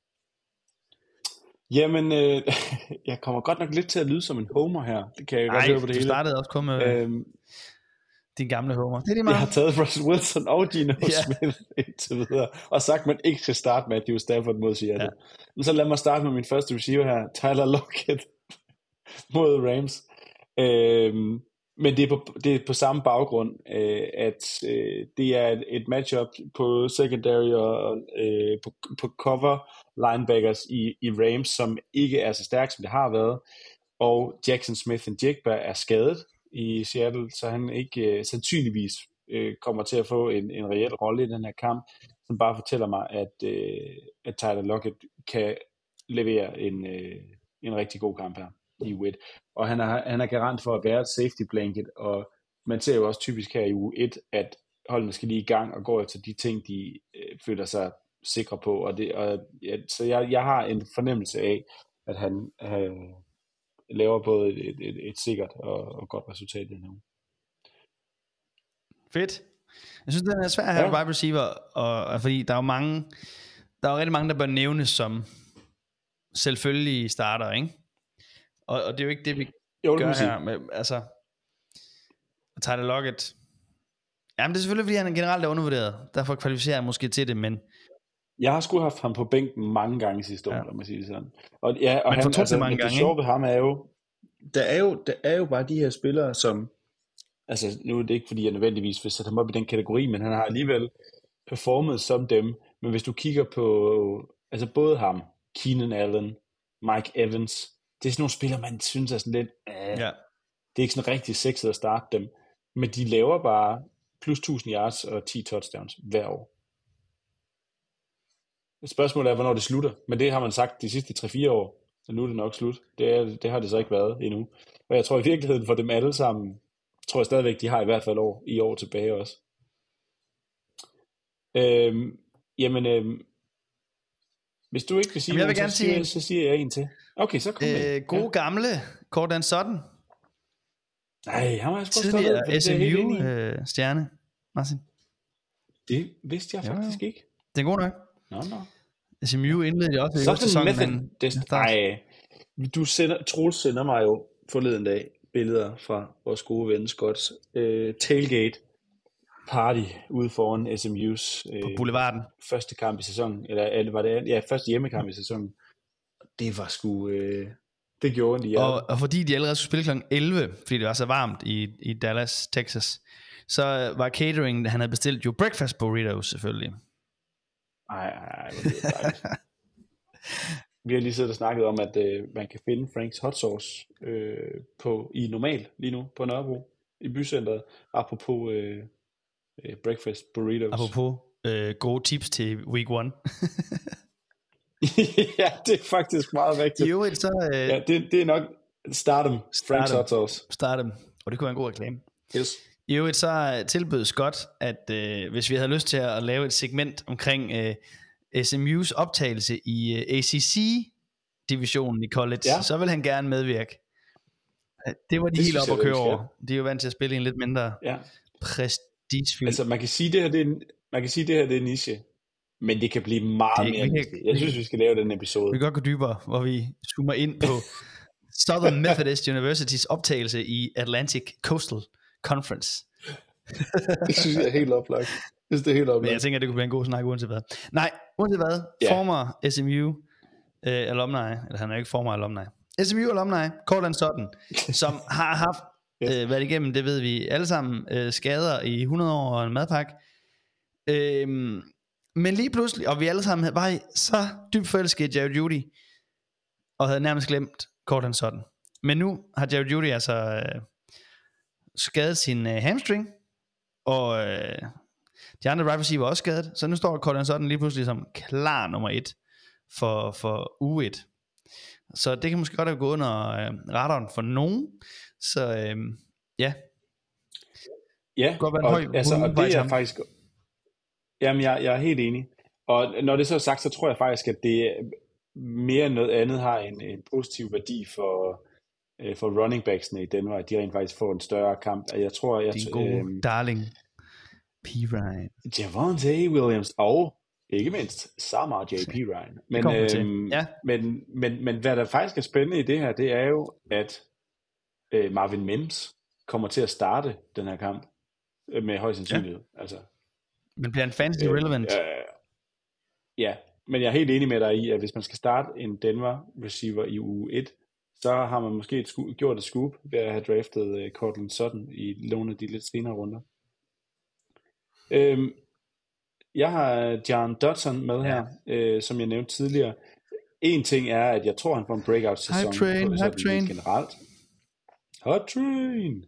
Jamen, øh, jeg kommer godt nok lidt til at lyde som en homer her. Det kan jeg Ej, godt høre på det du hele. du startede også kun med øhm, din gamle homer. Det er det meget. Jeg har taget Russell Wilson og Geno yeah. Smith indtil videre, og sagt, at man ikke skal starte Matthew Stafford mod Seattle. Ja. Men så lad mig starte med min første receiver her, Tyler Lockett mod Rams. Øhm, men det er, på, det er på samme baggrund, øh, at øh, det er et, et matchup på secondary og øh, på, på cover linebackers i, i Rams, som ikke er så stærkt, som det har været. Og Jackson Smith-Njigba er skadet i Seattle, så han ikke øh, sandsynligvis øh, kommer til at få en, en reel rolle i den her kamp, som bare fortæller mig, at, øh, at Tyler Lockett kan levere en, øh, en rigtig god kamp her i U et. Og han er, han er garant for at være et safety blanket, og man ser jo også typisk her i U et, at holdene skal lige i gang og gå efter de ting, de øh, føler sig sikre på. Og det, og, ja, så jeg, jeg har en fornemmelse af, at han øh, laver både et, et, et, et sikkert og, og godt resultat i den her uge. Fedt. Jeg synes, den er svær her, ja. wide receiver, og, og fordi der er jo mange, der er jo rigtig mange, der bør nævnes som selvfølgelige starter, ikke? Og, og det er jo ikke det, vi jo, det gør her. Med, altså, Tyler Lockett. Jamen, det er selvfølgelig, fordi han generelt er undervurderet. Derfor kvalificerer jeg måske til det, men... Jeg har sgu haft ham på bænken mange gange sidste år, ja. lad mig sige det sådan. Og, ja, og men han, altså, mange det gange, sjove ved ham er jo, der er jo, der er jo bare de her spillere, som... Altså, nu er det ikke, fordi jeg nødvendigvis vil sætte ham op i den kategori, men han har alligevel performet som dem. Men hvis du kigger på... Altså, både ham, Keenan Allen, Mike Evans... Det er sådan nogle spillere, man synes er sådan lidt, øh, ja. det er ikke sådan rigtig sexet at starte dem, men de laver bare plus tusind yards og ti touchdowns hver år. Spørgsmålet er, hvornår det slutter, men det har man sagt de sidste tre fire år, så nu er det nok slut. Det, er, det har det så ikke været endnu. Og jeg tror i virkeligheden for dem alle sammen, tror jeg stadigvæk, de har i hvert fald år, i år tilbage også. Øhm, jamen, øhm, hvis du ikke vil sige noget, så, siger, så siger jeg en til. Okay, så kom øh, gode ja. gamle Courtland Sutton. Nej, han var sgu tidligere S M U øh, stjerne, Martin. Det vidste jeg faktisk jo, jo. ikke. Det er god nok. Nå, nå. S M U indledte også i sæsonen, men... Nej, du sender, Troels sender mig jo forleden dag billeder fra vores gode ven Scotts uh, tailgate party ude foran S M U's uh, på Boulevarden. Første kamp i sæsonen, eller, eller var det ja, første hjemmekamp i sæsonen. Det var sgu... Uh, det gjorde de, ja. Og, og fordi de allerede skulle spille klokken elleve, fordi det var så varmt i, i Dallas, Texas, så var catering, han havde bestilt jo breakfast burritos selvfølgelig. Ej, ej, hvor det er dejligt. Vi har lige siddet og snakket om, at øh, man kan finde Franks hot sauce øh, på, i normal lige nu på Nørrebro i bycenteret, apropos øh, øh, breakfast burritos. Apropos øh, gode tips til week one. Ja, det er faktisk meget rigtigt. I øvrigt så... Øh, ja, det, det er nok Stardom, Frank's Hot Sauce. Stardom, og det kunne være en god reklame. Yes. I øvrigt så tilbød Scott, at øh, hvis vi havde lyst til at lave et segment omkring øh, S M U's optagelse i øh, A C C-divisionen i college, ja. så vil han gerne medvirke. Det var de det helt op at køre over. De er jo vant til at spille i en lidt mindre ja. prestigefyldt. Altså man kan sige, det her det er, man kan sige, det her det er niche, men det kan blive meget det, mere kan, niche. Jeg synes, vi skal lave den episode. Vi kan godt gå dybere, hvor vi zoomer ind på Southern Methodist Universitys optagelse i Atlantic Coastal Conference. Det synes jeg er helt oplagt. Det er helt oplagt. Men jeg tænker, det kunne blive en god snak uanset hvad. Nej, uanset hvad. Yeah. Former S M U øh, alumni, eller han er jo ikke former alumni. S M U alumni, Cortland Sutton, som har haft yes. øh, været igennem, det ved vi alle sammen, øh, skader i hundrede år og en madpakke. Øh, men lige pludselig, og vi alle sammen var så dybt forelsket i Jerry Jeudy, og havde nærmest glemt Cortland Sutton. Men nu har Jerry Jeudy altså øh, skadet sin øh, hamstring, og øh, de andre wide receiver var også skadet, så nu står Cortland Sutton lige pludselig som klar nummer et for, for uge et. Så det kan måske godt have gået under øh, radaren for nogen. Så øh, ja. Ja, godt være en og, høj, altså, og det er faktisk... Jamen, jeg, jeg er helt enig. Og når det så er sagt, så tror jeg faktisk, at det mere end noget andet har en, en positiv værdi for, øh, for running backsene i Denver, at de rent faktisk får en større kamp. Jeg tror, jeg... Din gode øh, darling, Perine. Javonte Williams og... Ikke mindst Samar J P. Ryan. Men, øhm, ja. men, men, men hvad der faktisk er spændende i det her, det er jo, at øh, Marvin Mims kommer til at starte den her kamp øh, med høj sandsynlighed. Ja. Altså, men bliver han fantasy øh, relevant? Øh, ja, men jeg er helt enig med dig i, at hvis man skal starte en Denver receiver i uge et, så har man måske et sku- gjort et scoop ved at have draftet øh, Cortland Sutton i nogle af de lidt senere runder. Øhm, Jeg har John Dodson med her, ja. øh, som jeg nævnte tidligere. En ting er, at jeg tror, han får en breakout-sæson hype train, på hype train. generelt. Hot train!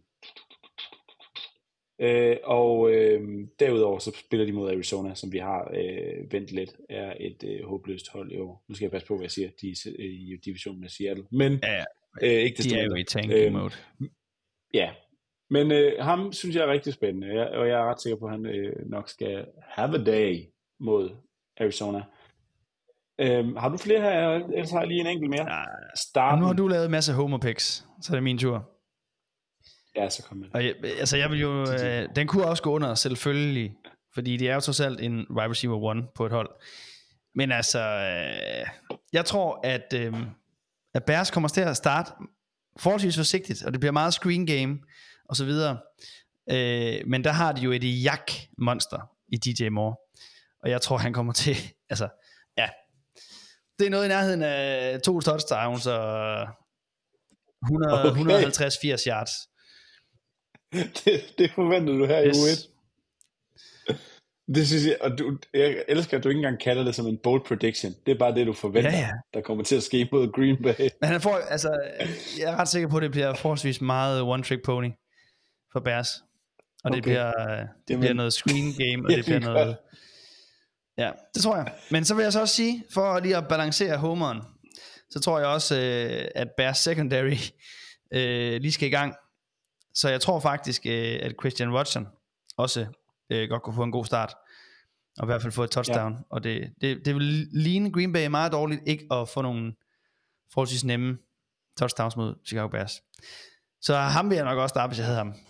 Øh, og øh, derudover så spiller de mod Arizona, som vi har øh, vendt lidt, er et øh, håbløst hold i år. Nu skal jeg passe på, hvad jeg siger, de er i divisionen med Seattle. Men ja, ja. Øh, ikke de er jo i tanking mode. Øh, ja, men øh, ham synes jeg er rigtig spændende, jeg, og jeg er ret sikker på, at han øh, nok skal have a day mod Arizona. Øh, har du flere her? Ellers har jeg lige en enkelt mere. Ja, nu har du lavet en masse homer picks, så er det min tur. Ja, så kom med. Og jeg, altså jeg vil jo, øh, den kunne også gå under selvfølgelig, fordi det er jo trods alt en wide receiver one på et hold. Men altså, øh, jeg tror, at, øh, at Bears kommer til at starte forholdsvis forsigtigt, og det bliver meget screen game og så videre. Øh, men der har de jo et jak-monster i D J Moore, og jeg tror, han kommer til, altså, ja, det er noget i nærheden af to touchdowns og hundrede, okay. et hundrede og halvtreds til firs yards. Det, det forventer du her yes. i uge et. Det synes jeg, og du, jeg elsker, at du ikke engang kalder det som en bold prediction. Det er bare det, du forventer, ja, ja. Der kommer til at ske mod Green Bay. Men han får, altså, jeg er ret sikker på, at det bliver forholdsvis meget one-trick pony for Bears. Og okay. det bliver, det Jamen. bliver noget screen game, og det bliver noget... Ja, det tror jeg. Men så vil jeg så også sige, for lige at balancere homeren, så tror jeg også, at Bears secondary øh, lige skal i gang. Så jeg tror faktisk, at Christian Watson også øh, godt kunne få en god start, og i hvert fald få et touchdown. Ja. Og det, det, det vil ligne Green Bay meget dårligt ikke at få nogle forholdsvis nemme touchdowns mod Chicago Bears. Så ham vil jeg nok også starte, hvis jeg havde ham.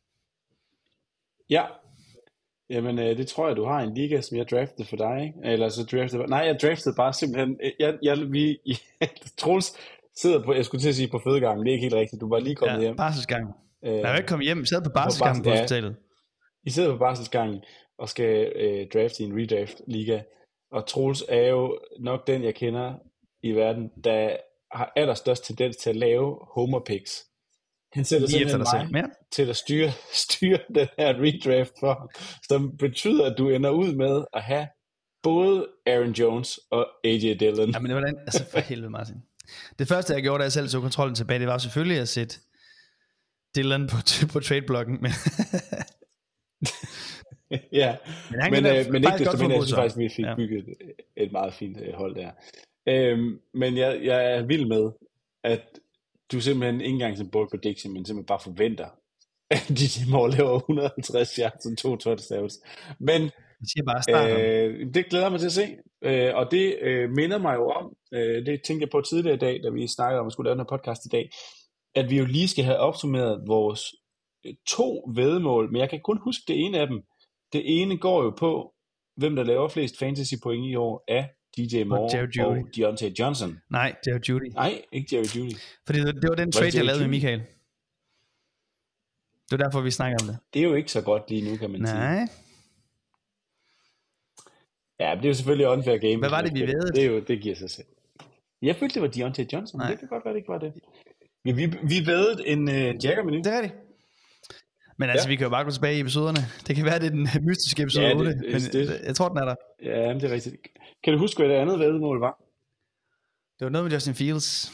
Ja, jamen øh, det tror jeg, du har en liga, som jeg draftede for dig, ikke? Eller så draftede, nej, jeg draftede bare simpelthen, jeg, jeg, vi, Troels sidder på, jeg skulle til at sige på fødegangen, det er ikke helt rigtigt, du var lige kommet ja, hjem. Barselsgangen. Øh, jeg er ikke kommet hjem, jeg sad på barselsgangen på, på hospitalet. Ja, I sidder på barselsgangen og skal øh, drafte i en redraft liga, og Troels er jo nok den, jeg kender i verden, der har allerstørst tendens til at lave homer picks. Han sætter simpelthen mig til at styre, styre den her redraft for, som betyder, at du ender ud med at have både Aaron Jones og A J Dillon. Jamen det var den, altså for helvede Martin. Det første jeg gjorde, da jeg selv så kontrollen tilbage, det var selvfølgelig at sætte Dillon på, på trade-blokken. Men ja, men, men, øh, men ikke desto mindre, jeg synes faktisk, vi fik ja. bygget et, et meget fint hold der. Øhm, men jeg, jeg er vild med, at du simpelthen ikke engang som bold prediction, men simpelthen bare forventer, at D J Moore laver et hundrede og halvtreds yards og to touchdowns. Men Jeg siger bare starten. øh, det glæder mig til at se, øh, og det øh, minder mig jo om, øh, det tænkte jeg på tidligere i dag, da vi snakkede om at skulle lave den her podcast i dag, at vi jo lige skal have opsummeret vores øh, to væddemål, men jeg kan kun huske det ene af dem. Det ene går jo på, hvem der laver flest fantasy point i år af D J Moore og, og Deontay Johnson. Nej, Jerry Jeudy. Nej, ikke Jerry Jeudy. Fordi det, det var den trade, jeg lavede med Michael. Det var derfor, vi snakker om det. Det er jo ikke så godt lige nu, kan man Nej. sige. Nej. Ja, det er jo selvfølgelig unfair game. Hvad var det, vi vædede? Det, er jo, det giver sig selv. Jeg følte, det var Deontay Johnson. Nej. Det kan godt være, det ikke var det. Ja, vi, vi vædede en uh, Jagger-menu. Det er rigtigt. Men altså, ja. Vi kan jo bare gå tilbage i episoderne. Det kan være, det er den mystiske episode ja, otte, det, men det, jeg tror, den er der. Ja, det er rigtigt. Kan du huske, hvad det andet væddemål var? Det var noget med Justin Fields.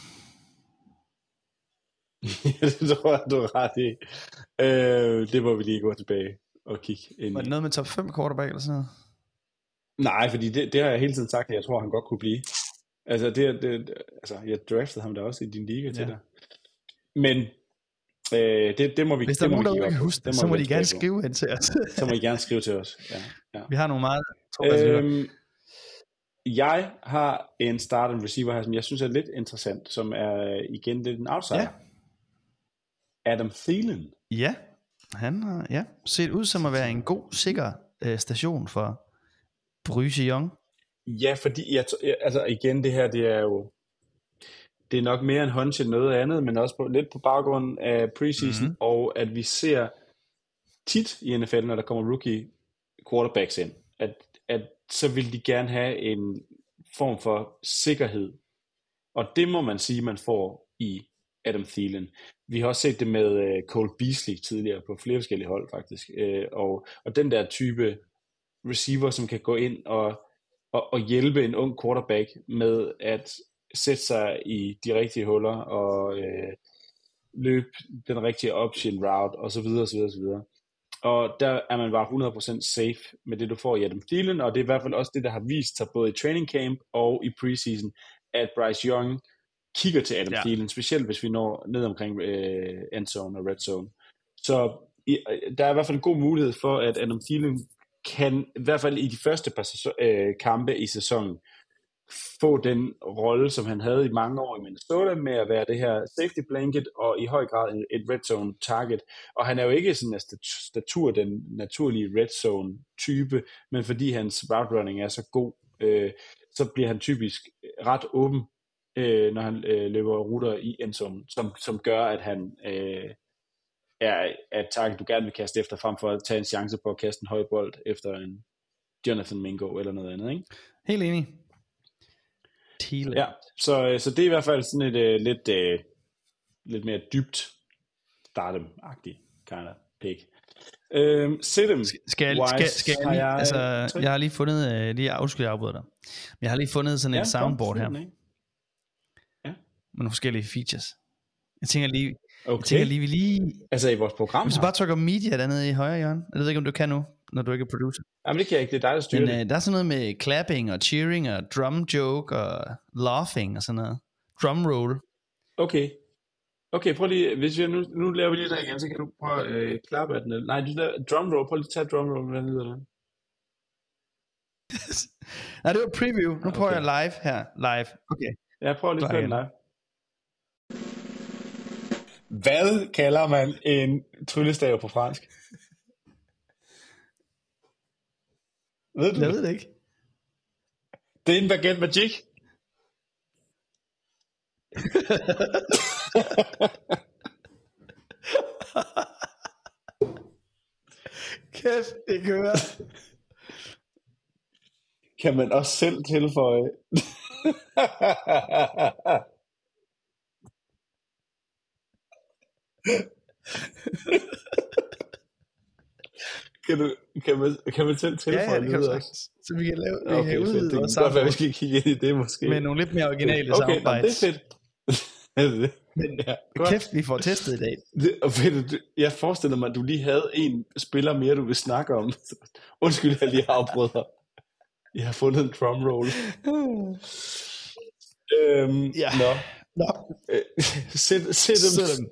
Det tror jeg, du er ret i. Øh, det må vi lige gå tilbage og kigge ind i. Var det noget med top fem quarterback eller sådan noget? Nej, fordi det, det har jeg hele tiden sagt, at jeg tror, han godt kunne blive. Altså, det, det, altså jeg draftede ham da også i din liga ja. til dig. Men øh, det, det må vi... Hvis der er nogen, der ikke kan huske det, så må de gerne skrive ind til os. Så må I gerne skrive til os, ja. ja. Vi har nogle meget... Øhm, jeg har en start and receiver her, som jeg synes er lidt interessant, som er igen lidt en outsider. Ja. Adam Thielen. Ja, han har ja, set ud som at være en god, sikker øh, station for Bryce Young. Ja, fordi jeg, altså igen, det her, det er jo det er nok mere en hunch end noget andet, men også på, lidt på baggrund af preseason, mm-hmm. og at vi ser tit i N F L, når der kommer rookie quarterbacks ind, at, at så vil de gerne have en form for sikkerhed. Og det må man sige, man får i Adam Thielen. Vi har også set det med uh, Cole Beasley tidligere på flere forskellige hold faktisk. Uh, og, og den der type receiver, som kan gå ind og, og, og hjælpe en ung quarterback med at sætte sig i de rigtige huller og uh, løbe den rigtige option route og så videre, så videre, så videre. Og der er man bare hundrede procent safe med det, du får i Adam Thielen, og det er i hvert fald også det, der har vist sig både i training camp og i preseason, at Bryce Young kigger til Adam ja. Thielen, specielt hvis vi når ned omkring øh, endzone og red zone. Så i, der er i hvert fald en god mulighed for, at Adam Thielen kan, i hvert fald i de første par øh, kampe i sæsonen, få den rolle, som han havde i mange år i Minnesota, med at være det her safety blanket, og i høj grad et red zone target. Og han er jo ikke sådan en statur, den naturlige red zone type, men fordi hans route running er så god, øh, så bliver han typisk ret åben, øh, når han øh, løber ruter i endzone, som, som gør, at han øh, er et target, du gerne vil kaste efter, frem for at tage en chance på at kaste en høj bold efter en Jonathan Mingo eller noget andet, ikke? Helt enig. Ja, så, så det er i hvert fald sådan et uh, lidt, uh, lidt mere dybt stardom-agtigt kind of pick. Um, Sidem, skal jeg, skal, skal jeg, lige, jeg, altså, jeg har lige fundet, uh, lige afskyldig afbryder dig, men jeg har lige fundet sådan ja, et soundboard her, med ja. nogle forskellige features. Jeg tænker lige, okay. jeg tænker lige, vi lige... Altså i vores program hvis du bare trykker media dernede i højre hjørne, jeg ved ikke, om du kan nu, når du ikke er producer. Jamen det kan jeg ikke, det er dig, der styrer Men, det. Uh, der er sådan noget med clapping og cheering og drum joke og laughing og sådan noget. Drum roll. Okay. Okay, prøv lige, hvis vi nu, nu laver vi lige der igen, så kan du prøve at øh, klappe af den. Nej, du laver drum roll, prøv lige at tage drum roll, hvordan lyder det? Nej, det var preview, nu prøver okay. jeg live her, live. Okay. Ja, prøv lige at køre den live. Hvad kalder man en tryllestav på fransk? Ved du jeg ved det ikke. Det er en baguette magique. Kæft, det kører. Kan man også selv tilføje? Kan, du, kan, man, kan man selv tilføje ja, ja, det kan også? Så vi kan lave vi okay, kan udvide det kan godt være, vi skal kigge ind i det måske. Med nogle lidt mere originale okay, soundbites. Det er fedt. Men ja, kæft, vi får testet i dag. Det, og fedt, jeg forestiller mig, at du lige havde en spiller mere, du vil snakke om. Undskyld, jeg lige afbryder. Jeg har fundet en drum roll. Øhm, Ja. Nå. Nå. Sæt, sæt dem.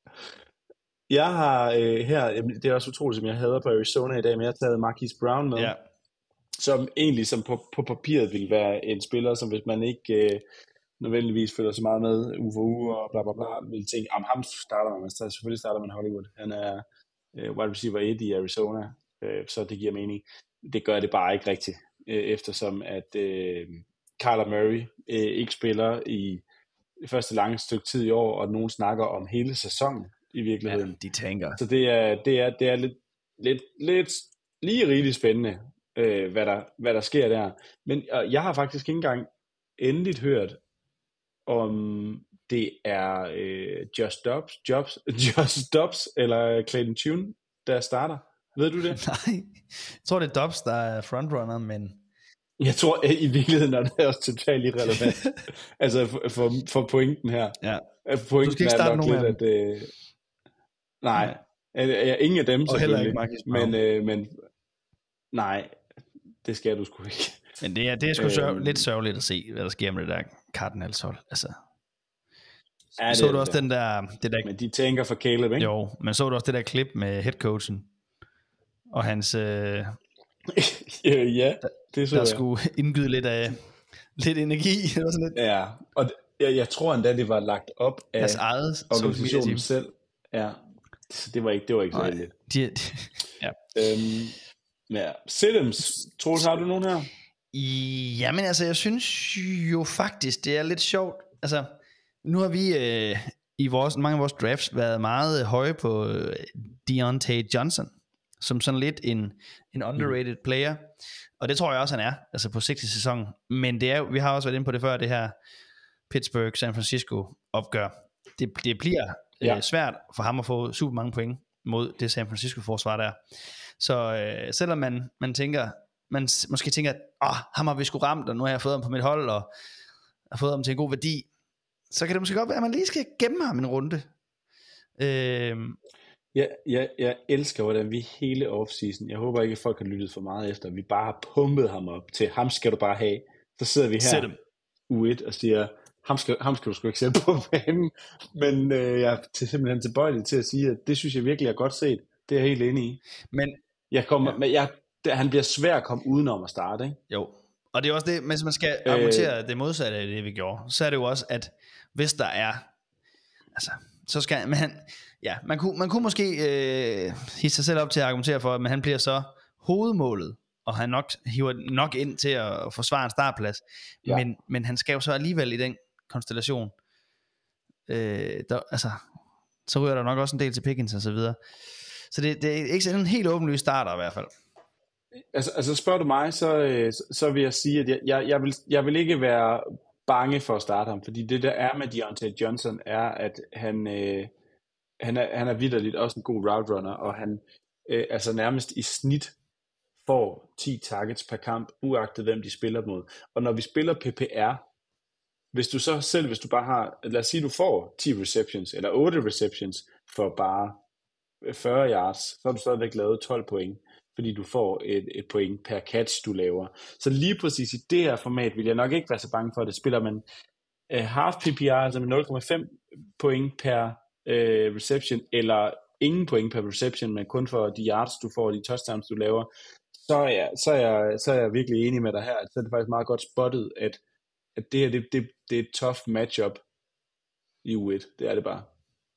Jeg har øh, her, jamen, det er også utroligt, som jeg hader på Arizona i dag, men jeg har taget Marquise Brown med, Ja. som egentlig som på, på papiret ville være en spiller, som hvis man ikke øh, nødvendigvis følger så meget med uge for uge og bla bla bla, ville tænke, om ham starter man, så selvfølgelig starter man Hollywood. Han er øh, wide receiver et i Arizona, øh, så det giver mening. Det gør det bare ikke rigtigt, øh, eftersom at øh, Kyler Murray øh, ikke spiller i det første lange stykke tid i år, og nogen snakker om hele sæsonen i virkeligheden. Ja, de tænker. Så det er, det er, det er lidt, lidt, lidt lige rigeligt spændende, øh, hvad, der, hvad der sker der. Men øh, jeg har faktisk ikke engang endeligt hørt, om det er øh, Just Dobbs, Jobs, Just Dobbs eller Clayton Tune, der starter. Ved du det? Nej, jeg tror det er Dobbs, der er frontrunner, men... Jeg tror i virkeligheden er det også totalt irrelevant. altså for, for, for pointen her. Ja. Pointen du skal ikke starte nogen af dem. At, øh, nej, nej. Jeg, ingen af dem og selvfølgelig. Ikke men, øh, men nej, det skal du sgu ikke. Men det er, det er sgu sørg, lidt sørgeligt at se, hvad der sker med det der Cardinals hold. Altså, ja, så du også den der, det der... Men de tænker for Caleb, ikke? Jo, men så du også det der klip med headcoachen og hans... Øh, ja, det så der jeg. skulle indgyde lidt af lidt energi. Eller sådan lidt. Ja, og det, jeg, jeg tror endda, det var lagt op af deres eget organisationen selv. Ja, så det var ikke, det var ikke så heldigt. De, de, ja. Øhm, ja. Siddams, Troels, har du nogen her? Jamen altså, jeg synes jo faktisk, det er lidt sjovt. Altså, nu har vi øh, i vores, mange af vores drafts været meget høje på øh, Deontay Johnson, som sådan lidt en, en underrated mm. player. Og det tror jeg også, han er, altså på sigt i sæsonen. Men det er, vi har også været inde på det før, det her Pittsburgh-San Francisco opgør. Det, det bliver ja. øh, svært for ham at få super mange point mod det San Francisco-forsvar der. Så øh, selvom man, man tænker, man måske tænker, åh, ham har vi sgu ramt, og nu har jeg fået ham på mit hold, og har fået ham til en god værdi, så kan det måske godt være, at man lige skal gemme ham en runde. Øh, Ja, ja, jeg elsker, hvordan vi hele offseason, jeg håber ikke, at folk har lyttet for meget efter, vi bare har pumpet ham op til, ham skal du bare have. Så sidder vi her u et og siger, ham skal, ham skal du sgu ikke sætte på banen. Men øh, jeg er simpelthen tilbøjelig til at sige, at det synes jeg virkelig er godt set. Det er jeg helt enig i. Men, jeg kommer, ja. men jeg, det, han bliver svær at komme udenom at starte, ikke? Jo, og det er også det, hvis man skal argumentere øh, det modsatte af det, vi gjorde, så er det jo også, at hvis der er, altså, så skal man, ja, man kunne, man kunne måske øh, hisse sig selv op til at argumentere for, at han bliver så hovedmålet, og han nok hiver nok ind til at forsvare en startplads, ja. men, men han skal jo så alligevel i den konstellation, øh, der, altså, så ryger der nok også en del til Pickens og så videre, så det, det er ikke sådan en helt åbenlyst starter i hvert fald. Altså, altså spørger du mig, så, så vil jeg sige, at jeg, jeg, jeg, vil, jeg vil ikke være bange for at starte ham, fordi det der er med Deontay Johnson er, at han, øh, han er, han er vitterligt også en god route runner, og han øh, altså nærmest i snit får ti targets per kamp, uagtet hvem de spiller mod. Og når vi spiller P P R, hvis du så selv, hvis du bare har, lad os sige, du får ti receptions, eller otte receptions for bare fyrre yards, så har du stadigvæk lavet tolv point, fordi du får et, et point per catch, du laver. Så lige præcis i det her format vil jeg nok ikke være så bange for, at det spiller man uh, half P P R, altså med nul komma fem point per uh, reception, eller ingen point per reception, men kun for de yards, du får, de touchdowns, du laver, så er jeg, så er jeg, så er jeg virkelig enig med dig her. Så er det faktisk meget godt spottet, at, at det her, det, det, det er et tough matchup i u et. Det er det bare.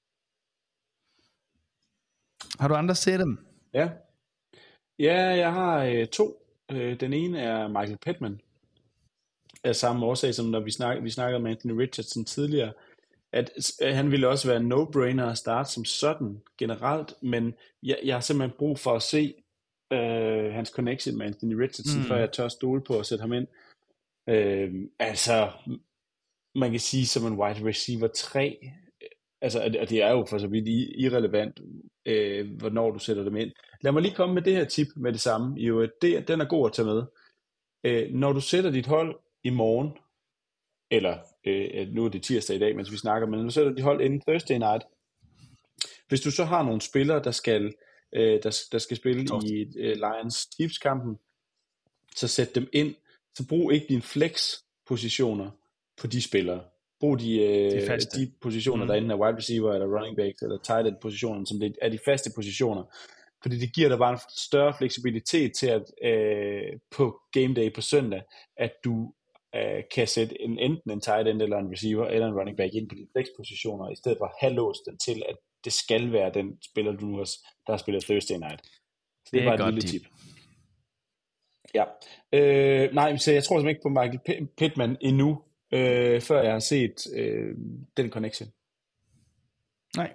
Har du andre set dem? Ja. Ja, jeg har øh, to. Øh, den ene er Michael Pittman. Af samme årsag, som når vi, snak, vi snakkede med Anthony Richardson tidligere. At øh, han ville også være en no-brainer at starte som sådan generelt. Men jeg, jeg har simpelthen brug for at se øh, hans connection med Anthony Richardson, mm. før jeg tør stole på at sætte ham ind. Øh, altså, man kan sige som en wide receiver tre. Altså, og det er jo for så vidt irrelevant, øh, hvornår du sætter dem ind. Lad mig lige komme med det her tip med det samme. Jo, det, den er god at tage med. Øh, når du sætter dit hold i morgen, eller øh, nu er det tirsdag i dag, mens vi snakker, men når du sætter dit hold inden Thursday night, hvis du så har nogle spillere, der skal, øh, der, der skal spille Torst. i øh, Lions-Chiefs-kampen, så sæt dem ind. Så brug ikke dine flex-positioner på de spillere. Brug de, øh, De de positioner, mm. der enten er wide receiver, eller running back, eller tight end positioner, som det er de faste positioner. Fordi det giver dig bare en større fleksibilitet til, at øh, på game day på søndag, at du øh, kan sætte en, enten en tight end, eller en receiver, eller en running back ind på de flex-positioner, i stedet for at have låst den til, at det skal være den spiller, du nu har, der har spillet Thursday night. Så det, det er bare et lille tip. Ja. Øh, nej, så jeg tror simpelthen ikke på Michael Pittman endnu, øh, før jeg har set øh, den connection. Nej.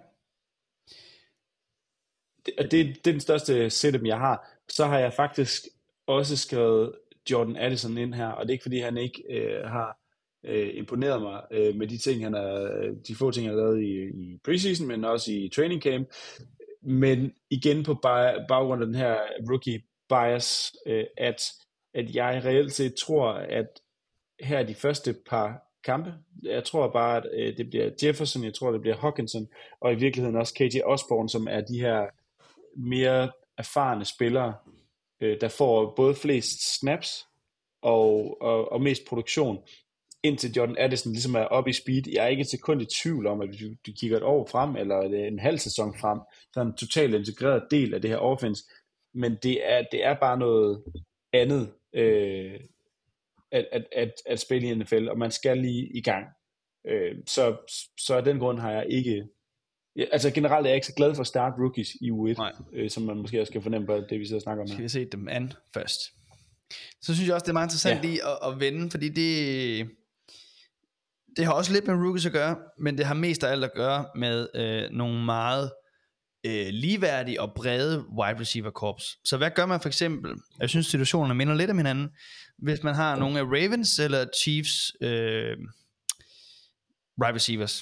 Det, det, det er den største setup, jeg har. Så har jeg faktisk også skrevet Jordan Addison ind her, og det er ikke fordi, han ikke øh, har øh, imponeret mig øh, med de ting, han har, de få ting, han har lavet i, i preseason, men også i training camp. Men igen på baggrund af den her rookie bias, øh, at, at jeg reelt set tror, at her de første par kampe, jeg tror bare, at øh, det bliver Jefferson, jeg tror, det bliver Hawkinson, og i virkeligheden også K J Osborne, som er de her mere erfarne spillere, øh, der får både flest snaps og, og, og mest produktion, indtil Jordan Addison ligesom er oppe i speed. Jeg er ikke et sekund i tvivl om, at hvis du, du kigger et år frem, eller en halv sæson frem, så er en totalt integreret del af det her offense, men det er, det er bare noget andet øh, at, at, at, at spille i N F L, og man skal lige i gang. Øh, så, så af den grund har jeg ikke... Ja, altså generelt er jeg ikke så glad for at starte rookies i U et, øh, som man måske også skal fornemme på det, vi sidder og snakker om her. Skal vi se dem an først. Så synes jeg også, det er meget interessant ja. lige at, at vende, fordi det, det har også lidt med rookies at gøre, men det har mest af alt at gøre med øh, nogle meget øh, ligeværdige og brede wide receiver corps. Så hvad gør man for eksempel? Jeg synes situationerne minder lidt om hinanden. Hvis man har nogle af Ravens eller Chiefs øh, wide receivers.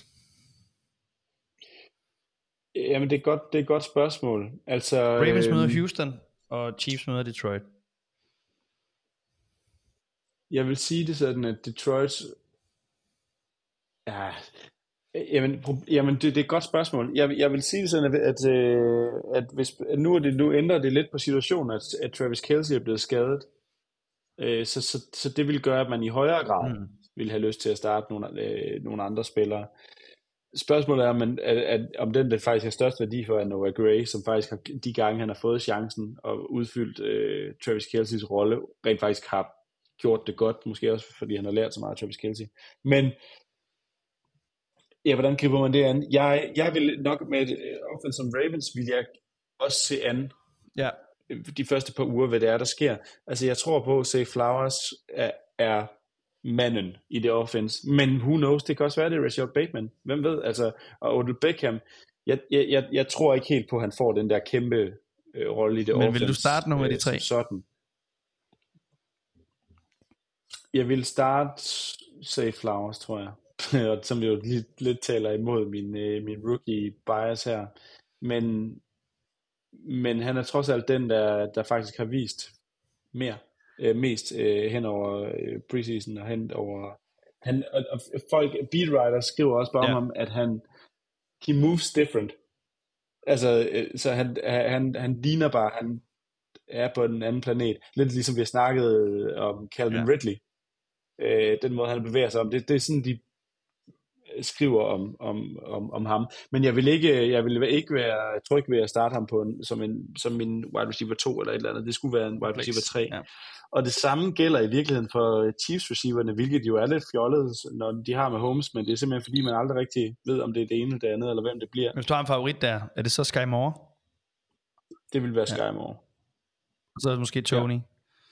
Jamen det er godt, det er et godt spørgsmål. Altså Ravens møder øh, Houston, og Chiefs møder Detroit. Jeg vil sige det sådan, at Detroit... Ja, jamen, jamen det, det er et godt spørgsmål. Jeg, jeg vil sige det sådan, at, at, at, hvis, at nu, er det, nu ændrer det lidt på situationen, at, at Travis Kelce er blevet skadet. Så, så, så det vil gøre, at man i højere grad mm. vil have lyst til at starte nogle, øh, nogle andre spillere. Spørgsmålet er, om, man, at, at, om den, der faktisk har størst værdi for, er Noah Gray, som faktisk har, de gange, han har fået chancen og udfyldt øh, Travis Kelce's rolle, rent faktisk har gjort det godt, måske også fordi han har lært så meget af Travis Kelce. Men ja, hvordan griber man det an? Jeg, jeg vil nok med et offense som Ravens, vil jeg også se an ja. de første par uger, hvad det er, der sker. Altså jeg tror på, at Zay Flowers er, er manden i det offense, men who knows, det kan også være, det er Rashad Bateman, hvem ved, altså, og Odell Beckham, jeg, jeg, jeg, jeg tror ikke helt på, at han får den der kæmpe øh, rolle i det men offense. Men vil du starte nogle af de tre? Øh, sådan. Jeg vil starte Zay Flowers, tror jeg, og som jo lidt, lidt taler imod min, øh, min rookie bias her, men, men han er trods alt den, der, der faktisk har vist mere, øh, mest øh, hen over øh, preseason og hen over han, og, og folk, beatwriters skriver også bare yeah. om ham, at han he moves different, altså øh, så han, han, han ligner bare, han er på en anden planet, lidt ligesom vi har snakket om Calvin yeah. Ridley, øh, den måde han bevæger sig om, det, det er sådan de skriver om, om, om, om ham, men jeg vil ikke, jeg vil ikke være tryg ved at starte ham på en, som, en, som min wide receiver to eller et eller andet, det skulle være en wide receiver tre, ja. Og det samme gælder i virkeligheden for Chiefs receiverne, hvilket jo er lidt fjollet, når de har med Holmes, men det er simpelthen fordi, man aldrig rigtig ved, om det er det ene eller det andet, eller hvem det bliver. Hvis du har en favorit der, er det så Sky Moore? Det vil være Sky ja. Moore. Og så er det måske Tony. Ja.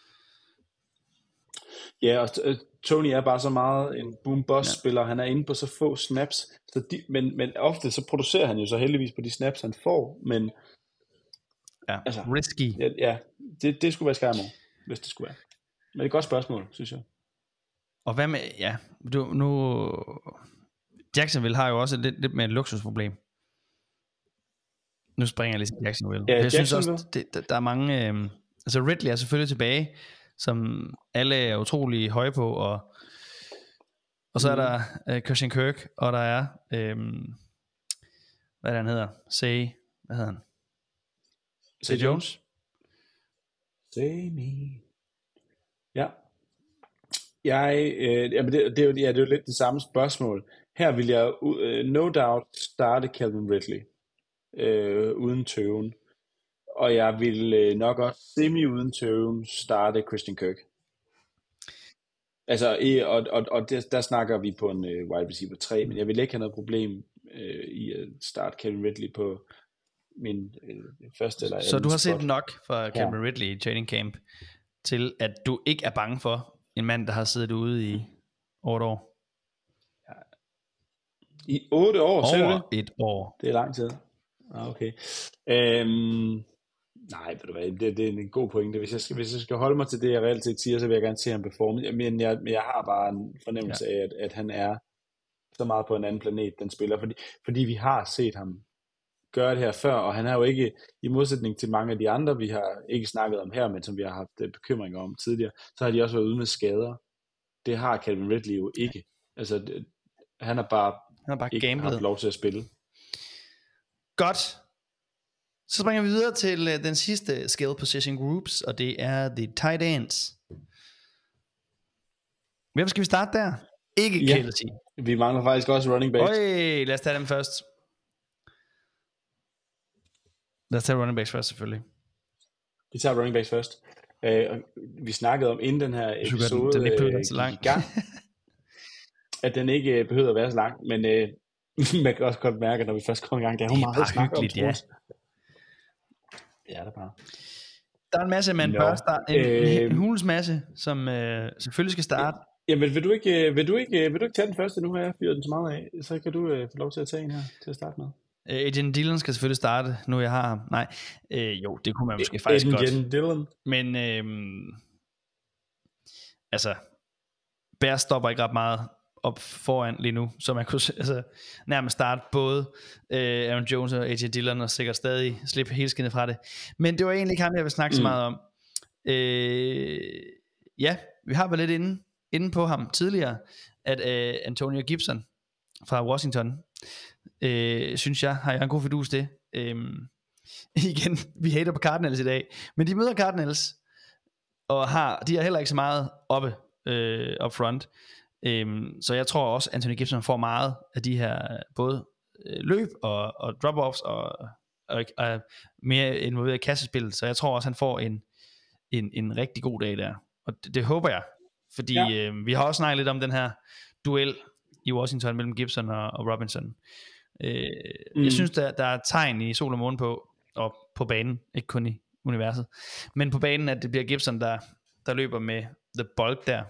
Ja, og Tony er bare så meget en boom-bust-spiller, ja. Han er inde på så få snaps, så de, men, men ofte så producerer han jo så heldigvis på de snaps, han får, men ja, altså, risky. Ja, ja det, det skulle være Sky Moore, hvis det skulle være. Men det er et godt spørgsmål, synes jeg. Og hvad med, ja, du, nu, Jacksonville har jo også lidt, lidt med et luksusproblem. Nu springer jeg lige til Jacksonville. Ja, jeg Jacksonville. synes også, det, der, der er mange, øh, altså Ridley er selvfølgelig tilbage, som alle er utrolig høje på, og, og så mm. er der uh, Christian Kirk, og der er, um, hvad er det, han hedder? Say, hvad hedder han? Say Jones? Say me. Ja. Jeg, øh, jamen det, det, er jo, ja, det er jo lidt det samme spørgsmål. Her vil jeg uh, no doubt starte Calvin Ridley, øh, uden tøven. Og jeg vil øh, nok også semi uden tøven starte Christian Kirk. Altså, i, og, og, og der, der snakker vi på en øh, wide receiver tre, men jeg vil ikke have noget problem øh, i at starte Calvin Ridley på min øh, første eller anden Så du har spot. set nok fra Calvin ja. Ridley i training camp, til at du ikke er bange for en mand, der har siddet ude i over et år? Ja. I otte år, over selv det? et år. Det er lang tid. Ah, okay. Øhm, nej, ved du hvad, det, det er en god pointe. Hvis jeg, skal, hvis jeg skal holde mig til det, jeg reelt set siger, så vil jeg gerne se ham performe. Men jeg, jeg har bare en fornemmelse ja. af, at, at han er så meget på en anden planet, den spiller. Fordi, fordi vi har set ham gøre det her før, og han er jo ikke, i modsætning til mange af de andre, vi har ikke snakket om her, men som vi har haft bekymringer om tidligere, så har de også været ude med skader. Det har Calvin Ridley jo ikke. Altså, det, han har bare, han har bare ikke gamblet. haft lov til at spille. Godt. Så springer vi videre til uh, den sidste skill position groups, og det er the tight ends. Hvem skal vi starte der? Ikke ja. Kelsey. Vi mangler faktisk også running backs. Øj, lad os tage dem først. Lad os tage running backs først, selvfølgelig. Vi tager running backs først. Uh, vi snakkede om inden den her episode den, den ikke behøver uh, så lang. i gang, at den ikke uh, behøver at være så lang, men uh, man kan også godt mærke, at når vi først kommer i gang, det er jo meget at snakke om, ja. Ja, det er bare. Der er en masse, man no. bør starte. En, øh, en hulens masse, som øh, selvfølgelig skal starte. Jamen, vil du ikke, vil du ikke, vil du ikke tage den første? Nu har jeg fyret den så meget af. Så kan du øh, få lov til at tage en her til at starte med. Adrian Dillon skal selvfølgelig starte, nu jeg har ham. Nej, øh, jo, det kunne man måske faktisk godt. Adrian Dillon. Men, øh, altså, Bears stopper ikke ret meget op foran lige nu, så man kunne altså, nærmest starte både øh, Aaron Jones og A J Dillon, og sikkert stadig slippe helt skinnet fra det. Men det var egentlig ikke ham, jeg vil snakke mm. så meget om. Øh, ja, vi har været lidt inde, inde på ham tidligere, at øh, Antonio Gibson fra Washington, øh, synes jeg, har jeg en god fidus det. Øh, igen, vi hater på Cardinals i dag, men de møder Cardinals, og har, de er heller ikke så meget oppe, øh, up front. Øhm, så jeg tror også Anthony Gibson får meget af de her både øh, løb og, og drop-offs og, og, og mere involveret i kassespillet, så jeg tror også han får en, en, en rigtig god dag der, og det, det håber jeg, fordi ja. øh, vi har også snakket lidt om den her duel i Washington mellem Gibson og, og Robinson. øh, mm. Jeg synes der, der er tegn i sol og måne på, og på banen, ikke kun i universet, men på banen, at det bliver Gibson der, der løber med the bulk der.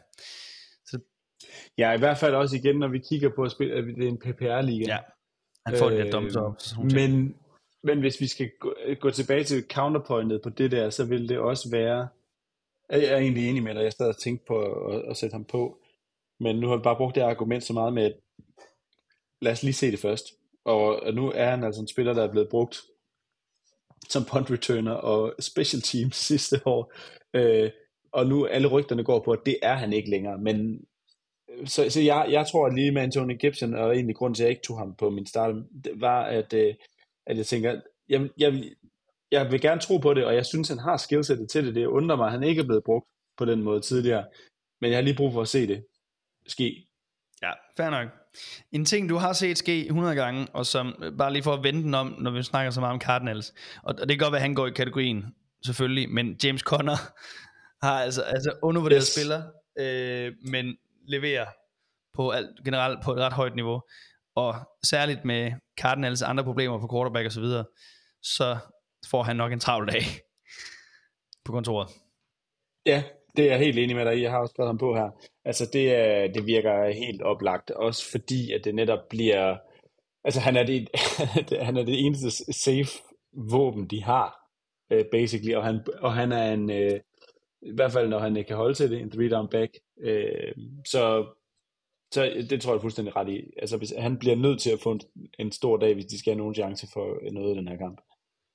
Ja, i hvert fald også igen, når vi kigger på at spille, at det er en P P R-liga. Ja, han får øh, det der dumt op. Men, men hvis vi skal gå, gå tilbage til counterpointet på det der, så vil det også være, jeg er egentlig enig med dig, jeg stadig har tænkt på at, at sætte ham på, men nu har vi bare brugt det argument så meget med, at lad os lige se det først. Og nu er han altså en spiller, der er blevet brugt som punt returner og special teams sidste år, øh, og nu alle rygterne går på, at det er han ikke længere, men Så, så jeg, jeg tror, at lige med Anthony Gibson, og egentlig grund til, at jeg ikke tog ham på min start, var, at, at jeg tænker, jeg, jeg, jeg vil gerne tro på det, og jeg synes, han har skillsettet til det. Det undrer mig, at han ikke er blevet brugt på den måde tidligere. Men jeg har lige brug for at se det ske. Ja, fair nok. En ting, du har set ske hundrede gange, og som bare lige for at vende den om, når vi snakker så meget om Cardinals, og det kan godt være, at han går i kategorien, selvfølgelig, men James Conner har altså, altså undervurderet yes. spiller, øh, men leverer på alt, generelt på et ret højt niveau, og særligt med Cardinals andre problemer på quarterback og så videre, så får han nok en travl dag på kontoret. Ja, det er jeg helt enig med dig i. Jeg har også skrevet ham på her. Altså det, er, det virker helt oplagt, også fordi at det netop bliver, altså han er det, han er det eneste safe våben de har, uh, basically, og han, og han er en uh, i hvert fald når han kan holde til det, en three down back. Øh, så, så det tror jeg fuldstændig ret i. Altså hvis han bliver nødt til at få en, en stor dag, hvis de skal have nogen chance for noget af den her kamp.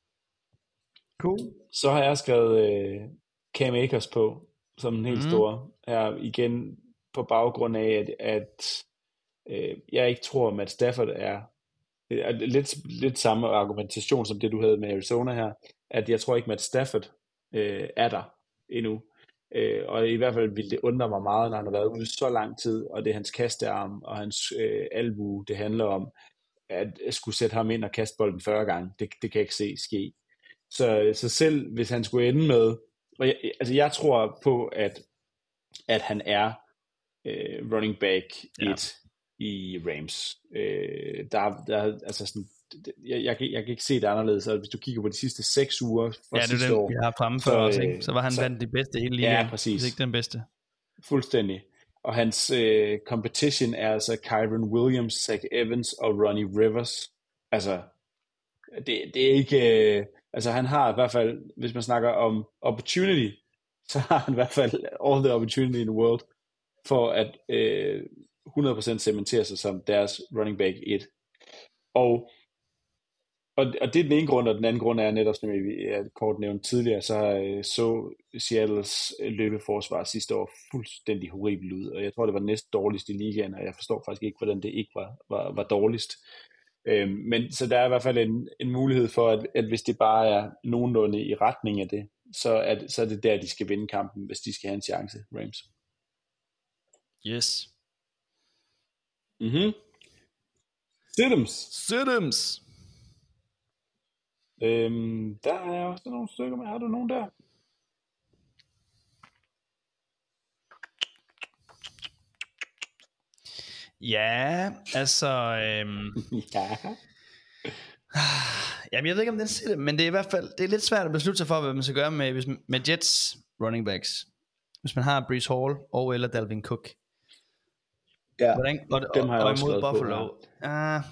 Cool. Så har jeg skrevet øh, Cam Akers på, som en helt mm. stor. Her igen på baggrund af, at, at øh, jeg ikke tror, at Matt Stafford er, er lidt, lidt samme argumentation, som det du havde med Arizona her, at jeg tror ikke, Matt Stafford øh, er der endnu. Øh, og i hvert fald ville det undre mig meget, når han har været ude så lang tid, og det er hans kastearm og hans øh, albu, det handler om, at skulle sætte ham ind og kaste bolden fyrre gange. Det, det kan jeg ikke se ske. Så, så selv hvis han skulle ende med, og jeg, altså jeg tror på, at, at han er øh, running back Ja. et i Rams. Øh, der, der, altså sådan, jeg, jeg, jeg kan ikke se det anderledes, og hvis du kigger på de sidste seks uger fra Ja, det sidste er den, år, vi har fremme så, før også, ikke? øh, Så var han så- blandt de bedste i hele ligaen. Ja, præcis. Hvis ikke den bedste. fuldstændig. Og hans øh, competition er altså Kyron Williams, Zach Evans og Ronnie Rivers. Altså, det, det er ikke... Øh, altså, han har i hvert fald, hvis man snakker om opportunity, så har han i hvert fald all the opportunity in the world for at øh, hundrede procent cementere sig som deres running back et. Og, og, og det er den ene grund, og den anden grund er netop, som jeg kort nævnte tidligere, så øh, så Seattles løbeforsvar sidste år fuldstændig horribelt ud, og jeg tror, det var næst dårligst i ligaen, og jeg forstår faktisk ikke, hvordan det ikke var, var, var dårligst. Øhm, men så der er i hvert fald en, en mulighed for, at, at hvis det bare er nogenlunde i retning af det, så er, det, så er det der, de skal vinde kampen, hvis de skal have en chance, Rams. Yes. Mhm. Siddums. Siddums. Øhm, der er også nogle stykker med. Har du nogen der? Ja, altså... Øhm, Ja. jamen, jeg ved ikke, om den siger det, men det er i hvert fald det er lidt svært at beslutte sig for, hvad man skal gøre med, hvis, med Jets running backs. Hvis man har Breece Hall og eller Dalvin Cook. Ja, Hvordan, og, dem og, har jeg og også imod skrevet på Buffalo. Ah,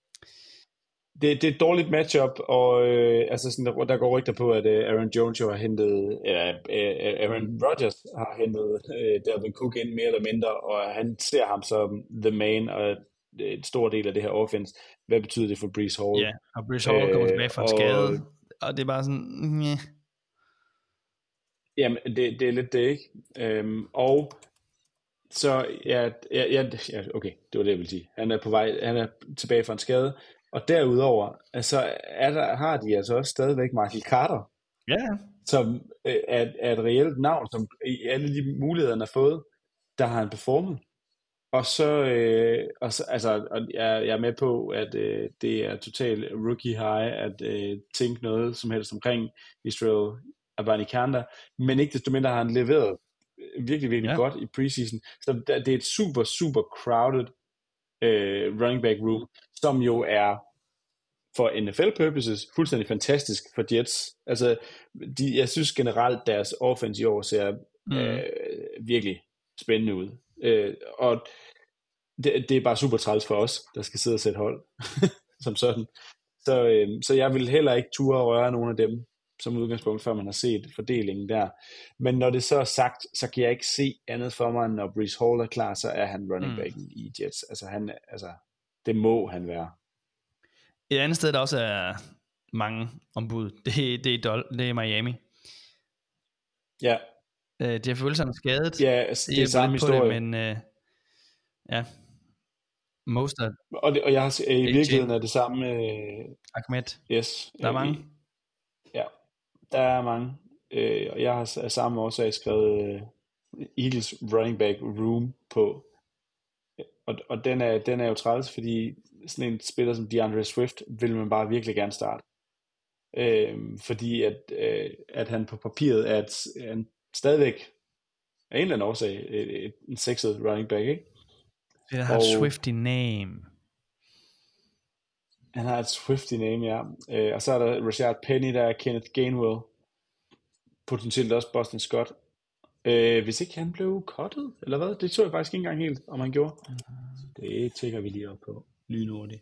Det, det er et dårligt matchup, og øh, altså sådan, der, der går rygter på, at øh, Aaron Jones jo har hentet, eller øh, Aaron Rodgers har hentet øh, Dalvin Cook ind mere eller mindre, og han ser ham som the man, og et stor del af det her offense. Hvad betyder det for Breece Hall? ja, og Breece Hall kommer Øh, tilbage fra en og- skade, og det er bare sådan, yeah. Jamen, det, det er lidt det, ikke? Øhm, og så, ja, ja, ja, ja, okay, det var det, jeg ville sige. Han er på vej, han er tilbage fra en skade, og derudover, altså, er der, har de altså også stadigvæk Michael Carter, Ja, som øh, er, er et reelt navn, som i alle de muligheder, han har fået, der har han performet. Og så, øh, og så altså, og jeg, jeg er med på, at øh, det er totalt rookie high, at øh, tænke noget som helst omkring Israel Abanikanda, men ikke desto mindre har han leveret virkelig, virkelig Ja. godt i preseason. Så der, det er et super, super crowded øh, running back room, som jo er for N F L purposes fuldstændig fantastisk for Jets. Altså, de, jeg synes generelt, deres offense i år ser mm. øh, virkelig spændende ud. Øh, og det, det er bare super træls for os, der skal sidde og sætte hold, som sådan. Så, øh, så jeg vil heller ikke ture og røre nogen af dem, som udgangspunkt, før man har set fordelingen der. Men når det så er sagt, så kan jeg ikke se andet for mig, når Breece Hall er klar, så er han running backen mm. i Jets. Altså, han, altså, det må han være. Et andet sted, der også er mange ombud, det, det, er, Dol- det er Miami. Ja, Uh, Jeff Wilson er skadet. ja altså, det er hjælper samme lidt på historie. Det, men uh, ja, Mostert, Og, det, og jeg har se- i A J. virkeligheden er det samme. Øh, Ahmed, yes. der er øh, mange. Ja, der er mange. Øh, og jeg har af samme årsag skrevet øh, Eagles running back room på. Og, og den, er, den er jo træls, fordi sådan en spiller som DeAndre Swift vil man bare virkelig gerne starte. Øh, fordi at, øh, at han på papiret er, et, er en, stadigvæk af en eller anden årsag et, et, en sexet running back, ikke? Det har et og- Swifty name. Han har et Swifty name, ja. Øh, og så er der Rashard Penny, der er Kenneth Gainwell. Potentielt også Boston Scott. Øh, hvis ikke han blev cuttet, eller hvad? Det så jeg faktisk ikke engang helt, om han gjorde. Det tjekker vi lige op på. Lynhurtigt.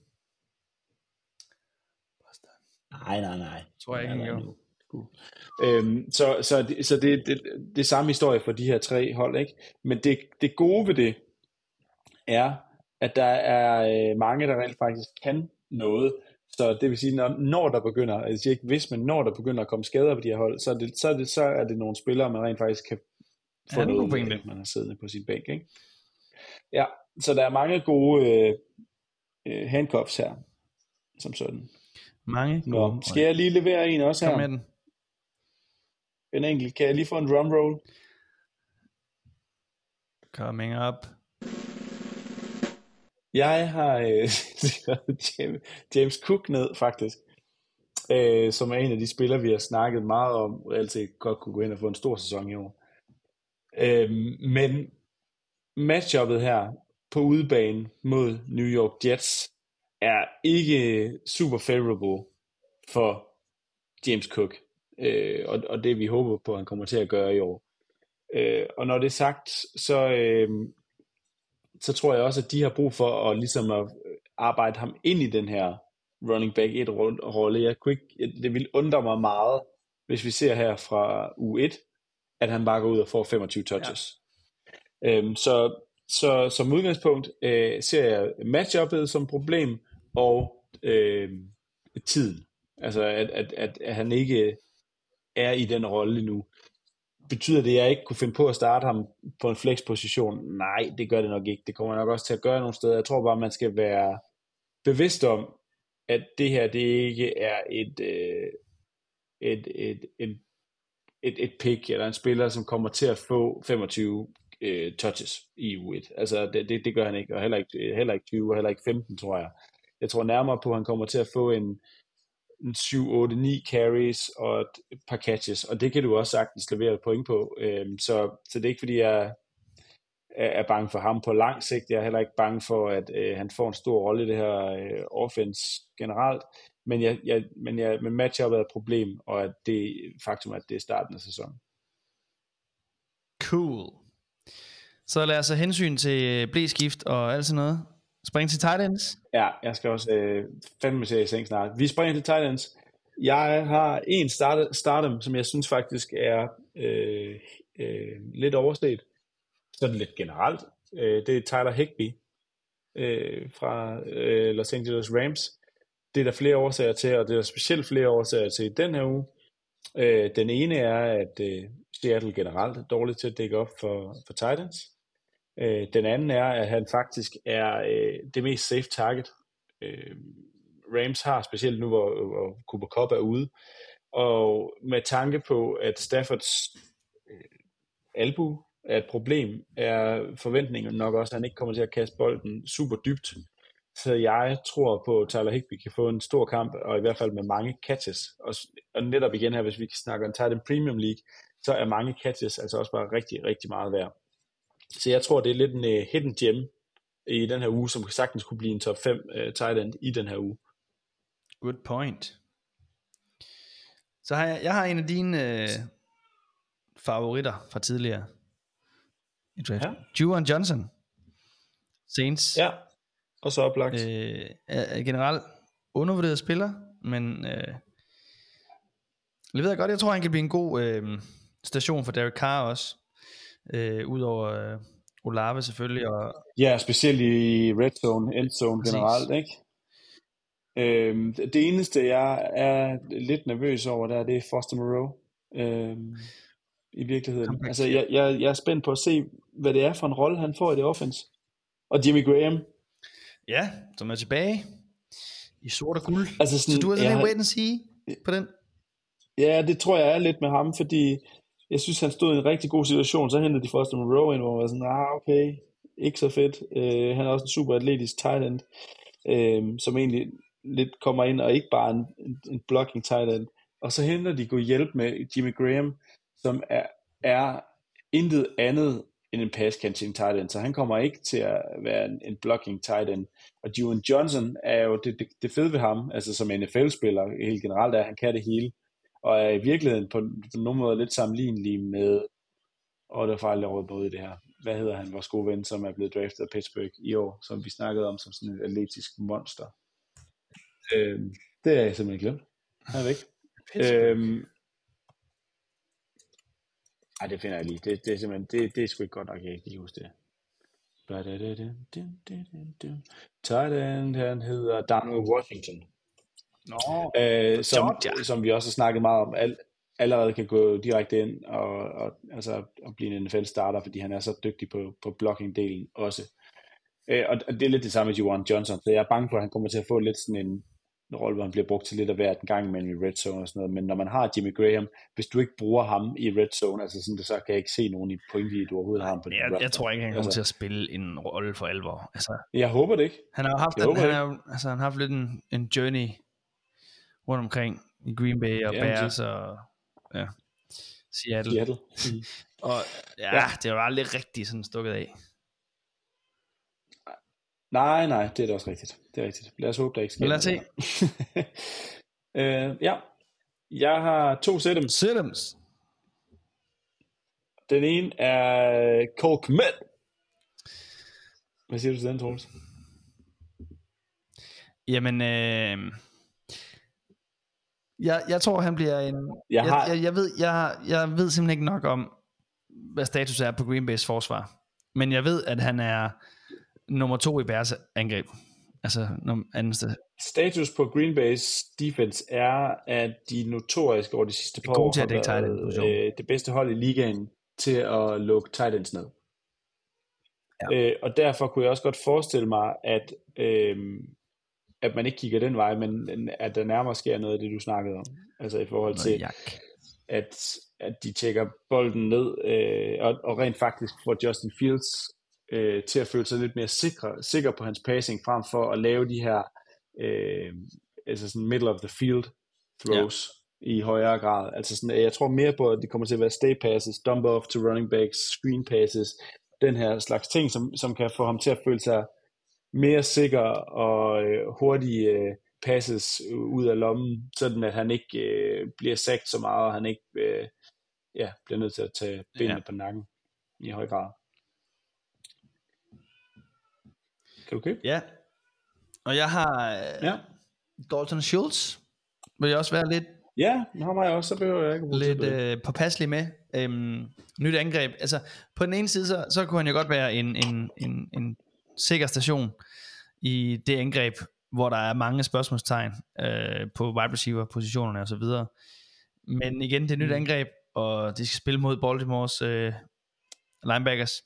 Nej, nej, nej. Tror jeg ikke, han gjorde. Øhm, så så, det, så det, det, det er samme historie for de her tre hold, ikke? Men det, det gode ved det er, at der er øh, mange, der rent faktisk kan noget. Så det vil sige, når, når der begynder, jeg siger ikke hvis, men når der begynder at komme skader på de her hold, så er det, så er det, så er det nogle spillere, man rent faktisk kan få Ja, det er noget god ud af, pointe. man har siddende på sin bænk, ikke? Ja, så der er mange gode øh, øh, handcuffs her, som sådan. Mange. Nå, skal jeg lige levere en også Kom her? med den. En enkelt. Kan jeg lige få en drum roll? Coming up. Jeg har øh, James, James Cook ned, faktisk. Øh, som er en af de spillere, vi har snakket meget om, og altid godt kunne gå ind og få en stor sæson i år. Øh, men matchuppet her på udebane mod New York Jets er ikke super favorable for James Cook, øh, og, og det vi håber på, at han kommer til at gøre i år. Øh, og når det er sagt, så, øh, så tror jeg også, at de har brug for at, ligesom at arbejde ham ind i den her running back et rolle. Jeg kunne ikke, det vil undre mig meget, hvis vi ser her fra uge et, at han bare går ud og får femogtyve touches. Ja. Øhm, så, så som udgangspunkt øh, ser jeg matchuppet som problem, og øh, tiden. Altså, at, at, at, at han ikke er i den rolle nu. Betyder det, at jeg ikke kunne finde på at starte ham på en flex-position? Nej, det gør det nok ikke. Det kommer nok også til at gøre nogle steder. Jeg tror bare, man skal være bevidst om, at det her, det ikke er et, øh, et, et, et, et, et pick, eller en spiller, som kommer til at få femogtyve øh, touches i uge et. Altså, det, det, det gør han ikke, og heller ikke, heller ikke tyve, og heller ikke femten, tror jeg. Jeg tror nærmere på, at han kommer til at få en, en syv, otte, ni carries og et par catches, og det kan du også sagtens levere et point på. Øhm, så, så det er ikke, fordi jeg er, er bange for ham på lang sigt. Jeg er heller ikke bange for, at øh, han får en stor rolle i det her øh, offense generelt, men, jeg, jeg, men, jeg, men matchuppet er et problem, og at det faktum, at det er starten af sæsonen. Cool. Så lad os have hensyn til blæskift og alt sådan noget. Spring til tight ends. Ja, jeg skal også øh, fandme se i seng snart. Vi springer til tight ends. Jeg har en start, startem, som jeg synes faktisk er øh, øh, lidt overset. Sådan lidt generelt. Øh, det er Tyler Higbee øh, fra øh, Los Angeles Rams. Det er der flere årsager til, og det er der specielt flere årsager til i den her uge. Øh, den ene er, at øh, Seattle generelt er dårligt til at dække op for, for tight ends. Øh, den anden er, at han faktisk er øh, det mest safe target. Øh, Rams har, specielt nu, hvor, hvor Cooper Kupp er ude. Og med tanke på, at Staffords øh, albu er et problem, er forventningen nok også, at han ikke kommer til at kaste bolden super dybt. Så jeg tror på, at Tyler Higbee kan få en stor kamp, og i hvert fald med mange catches. Og, og netop igen her, hvis vi snakker om Tight End Premium League, så er mange catches altså også bare rigtig, rigtig meget værd. Så jeg tror, det er lidt en uh, hidden gem i den her uge, som sagtens kunne blive en top fem uh, tight end i den her uge. Good point. Så har jeg, jeg har en af dine uh, favoritter fra tidligere i draft. Ja. Juwan Johnson. Saints. Ja, og så oplagt. Øh, er generelt undervurderet spiller, men øh, jeg ved godt, jeg tror, han kan blive en god øh, station for Derek Carr også. Øh, Udover øh, Olave selvfølgelig og... Ja, specielt i red zone, end zone generelt, ikke? Øhm, det eneste jeg er lidt nervøs over der, det er Foster Moreau øhm, i virkeligheden. Altså jeg, jeg, jeg er spændt på at se, hvad det er for en rolle han får i det offense. Og Jimmy Graham. Ja, som er tilbage i sort og guld. Altså sådan, så du har sådan en jeg, wait and see på den? Ja, det tror jeg er lidt med ham, fordi jeg synes, han stod i en rigtig god situation. Så hentede de Foster Moreau ind, hvor man var sådan, ah, okay, ikke så fedt. Uh, han er også en super atletisk tight end, uh, som egentlig lidt kommer ind, og ikke bare en, en, en blocking tight end. Og så henter de god hjælp med Jimmy Graham, som er, er intet andet end en pass catching tight end. Så han kommer ikke til at være en, en blocking tight end. Og Juwan Johnson er jo det, det, det fede ved ham, altså som en N F L-spiller helt generelt, er, at han kan det hele. Og er i virkeligheden på, på nogle måder lidt sammenlignelig med, og der er faktisk råd både i det her, hvad hedder han, vores gode ven, som er blevet draftet af Pittsburgh i år, som vi snakkede om som sådan et atletisk monster. Øhm, det er jeg simpelthen glemt. Han er væk. øhm, ej, det finder jeg lige. Det, det er simpelthen, det, det er sgu ikke godt nok, jeg ikke lige huske det. Tight end, han hedder Darnell Washington. Nå, øh, som, som vi også har snakket meget om, al, allerede kan gå direkte ind og, og, altså, og blive en N F L-starter, fordi han er så dygtig på, på blocking-delen også. Øh, og det er lidt det samme med Juwan Johnson, så jeg er bange for, at han kommer til at få lidt sådan en, en rolle, hvor han bliver brugt til lidt af hvert en gang imellem i red zone og sådan noget, men når man har Jimmy Graham, hvis du ikke bruger ham i red zone, altså sådan, så kan jeg ikke se nogen i pointe, i du overhovedet har ham på jeg, den jeg tror ikke, han kommer altså, til at spille en rolle for alvor. Altså, jeg håber det ikke. Han har jo haft, en, han har, altså, han har haft lidt en, en journey rundt omkring i Green Bay og ja, Bears og ja, Seattle. Seattle. Mm. og ja, ja, det var aldrig rigtig sådan stukket af. Nej, nej, det er da også rigtigt. Det er rigtigt. Lad os håbe, der ikke sker. Lad os se. uh, ja, jeg har to Siddums. Siddums. Den ene er Cole Kmet. Hvad siger du til den, Troels? Jamen, øh, jeg, jeg tror, han bliver en... Jeg, har... jeg, jeg, jeg, ved, jeg, jeg ved simpelthen ikke nok om, hvad status er på Green Bay's forsvar. Men jeg ved, at han er nummer to i Bears angreb. Altså, anden sted. Status på Green Bay's defense er, at de notorisk over de sidste par år har været øh, det bedste hold i ligaen til at lukke tight ends ned. Ja. Øh, og derfor kunne jeg også godt forestille mig, at, øh, at man ikke kigger den vej, men at der nærmere sker noget af det, du snakkede om. Altså i forhold til, at, at de tjekker bolden ned, øh, og, og rent faktisk får Justin Fields øh, til at føle sig lidt mere sikker, sikker på hans passing, frem for at lave de her øh, altså sådan middle of the field throws ja. i højere grad. Altså sådan, jeg tror mere på, at det kommer til at være stay passes, dump off to running backs, screen passes, den her slags ting, som, som kan få ham til at føle sig mere sikker og øh, hurtige øh, passes ud af lommen, sådan at han ikke øh, bliver sacked så meget, og han ikke øh, ja, bliver nødt til at tage benene ja. på nakken i høj grad. Kan du købe? Ja. Og jeg har øh, ja. Dalton Schultz. Vil jeg også være lidt ja, nu har jeg også, så behøver jeg ikke lidt øh, påpasselig med øhm, nyt angreb. Altså på den ene side så, så kunne han jo godt være en, en, en, en sikker station i det angreb, hvor der er mange spørgsmålstegn øh, på wide receiver positionerne og så videre. Men igen, det er nyt angreb, og de skal spille mod Baltimores øh, linebackers.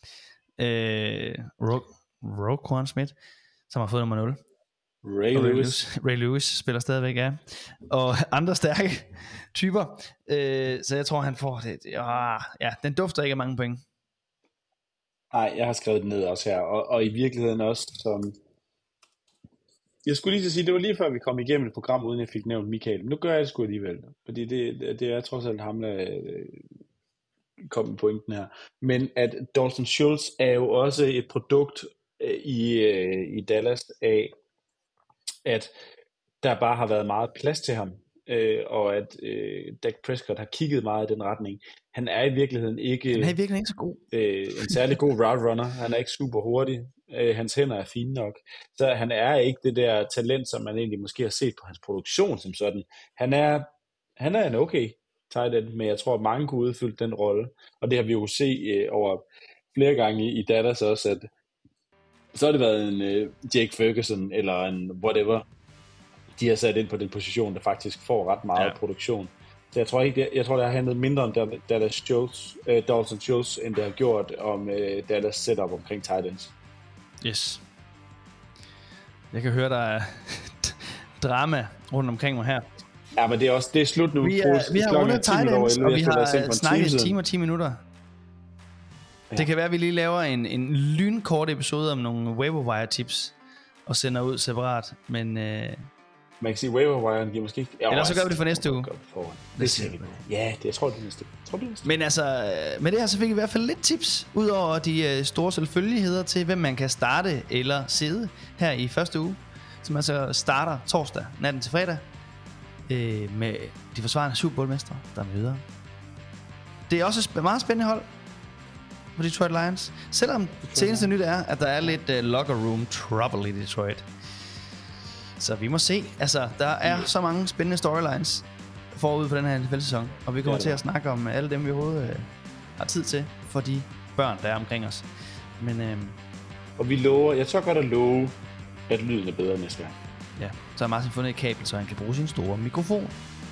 Øh, Roquan Smith, som har fået nummer nul. Ray Lewis. Ray Lewis Ray Lewis spiller stadigvæk, ja. Og andre stærke typer. Øh, så jeg tror, han får det. Ja, ja, den dufter ikke af mange point. Nej, jeg har skrevet det ned også her. Og, og i virkeligheden også som... Jeg skulle lige til at sige, det var lige før vi kom igennem et program, uden jeg fik nævnt Michael. Men nu gør jeg det sgu alligevel. Fordi det, det er trods alt ham, der øh, kom med pointen her. Men at Dalton Schultz er jo også et produkt øh, i, øh, i Dallas af, at der bare har været meget plads til ham, øh, og at øh, Dak Prescott har kigget meget i den retning. Han er i virkeligheden ikke, han er i virkeligheden ikke så god. Øh, en særlig god route runner. Han er ikke super hurtig. Øh, hans hænder er fine nok. Så han er ikke det der talent, som man egentlig måske har set på hans produktion som sådan. Han er, han er en okay tight end, men jeg tror, at mange kunne udfylde den rolle. Og det har vi jo set øh, over flere gange i, i Dallas også, at så har det været en øh, Jake Ferguson eller en whatever, de har sat ind på den position, der faktisk får ret meget ja. produktion. Så jeg tror ikke, det, jeg tror, det har handlet mindre om Dallas Schultz, øh, Dalton Schultz, end det har gjort om øh, Dallas setup omkring tight ends. Yes. Jeg kan høre, der er drama rundt omkring mig her. Ja, men det er også det er slut nu. Vi, er, vi har rundet tight ends, og vi har snakket en time og ti minutter. Ja. Det kan være, at vi lige laver en, en lynkort episode om nogle waiver wire tips og sender ud separat, men øh... man kan sige, waiver wire giver måske ikke... Ja, eller så gør vi det for næste uge. Det, det ser vi. Ja, det jeg tror det er næste. Tror det er næste. Men altså, med det her så fik vi i hvert fald lidt tips ud over de øh, store selvfølgeligheder til, hvem man kan starte eller sidde her i første uge, som altså starter torsdag natten til fredag øh, med de forsvarende Super Bowl-mestre, der møder. Det er også et meget spændende hold på Detroit Lions. Selvom seneste nyt er, at der er lidt uh, locker room trouble i Detroit. Så vi må se. Altså, der er så mange spændende storylines forud for den her N F L-sæson. Og vi kommer ja, til at snakke om alle dem, vi overhovedet uh, har tid til, for de børn, der er omkring os. Men, uh, og vi lover, jeg tør godt at love, at lyden er bedre næste gang. Ja, så har Martin fundet et kabel, så han kan bruge sin store mikrofon.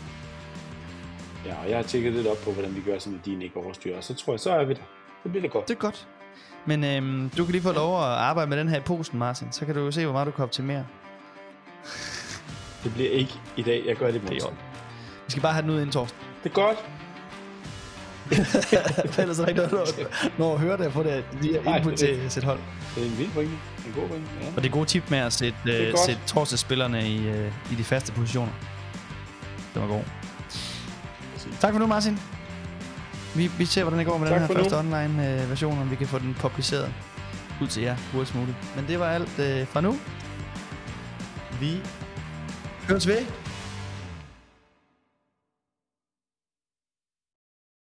Ja, og jeg har tjekket lidt op på, hvordan vi gør, sådan at din ikke overstyrer. Og så tror jeg, så er vi der. Det bliver det godt. Det er godt. Men øhm, du kan lige få lov at arbejde med den her i posen, Martin. Så kan du jo se, hvor meget du kan optimere. Det bliver ikke i dag. Jeg gør det i morgen. Det er jo. Vi skal bare have den ud inden torsdag. Det er godt. Ellers er der ikke noget, når jeg hører det, på det lige input til sit hold. Det er en vild pointe. En god pointe. Ja. Og det er gode tip med at sætte, uh, sætte torsdagsspillerne i, uh, i de faste positioner. Det var god. Tak for nu, Martin. Vi, vi ser, hvordan det går med tak den her første nu. online uh, version, om vi kan få den publiceret ud til jer hurtigst muligt. Men det var alt uh, fra nu. Vi høres ved.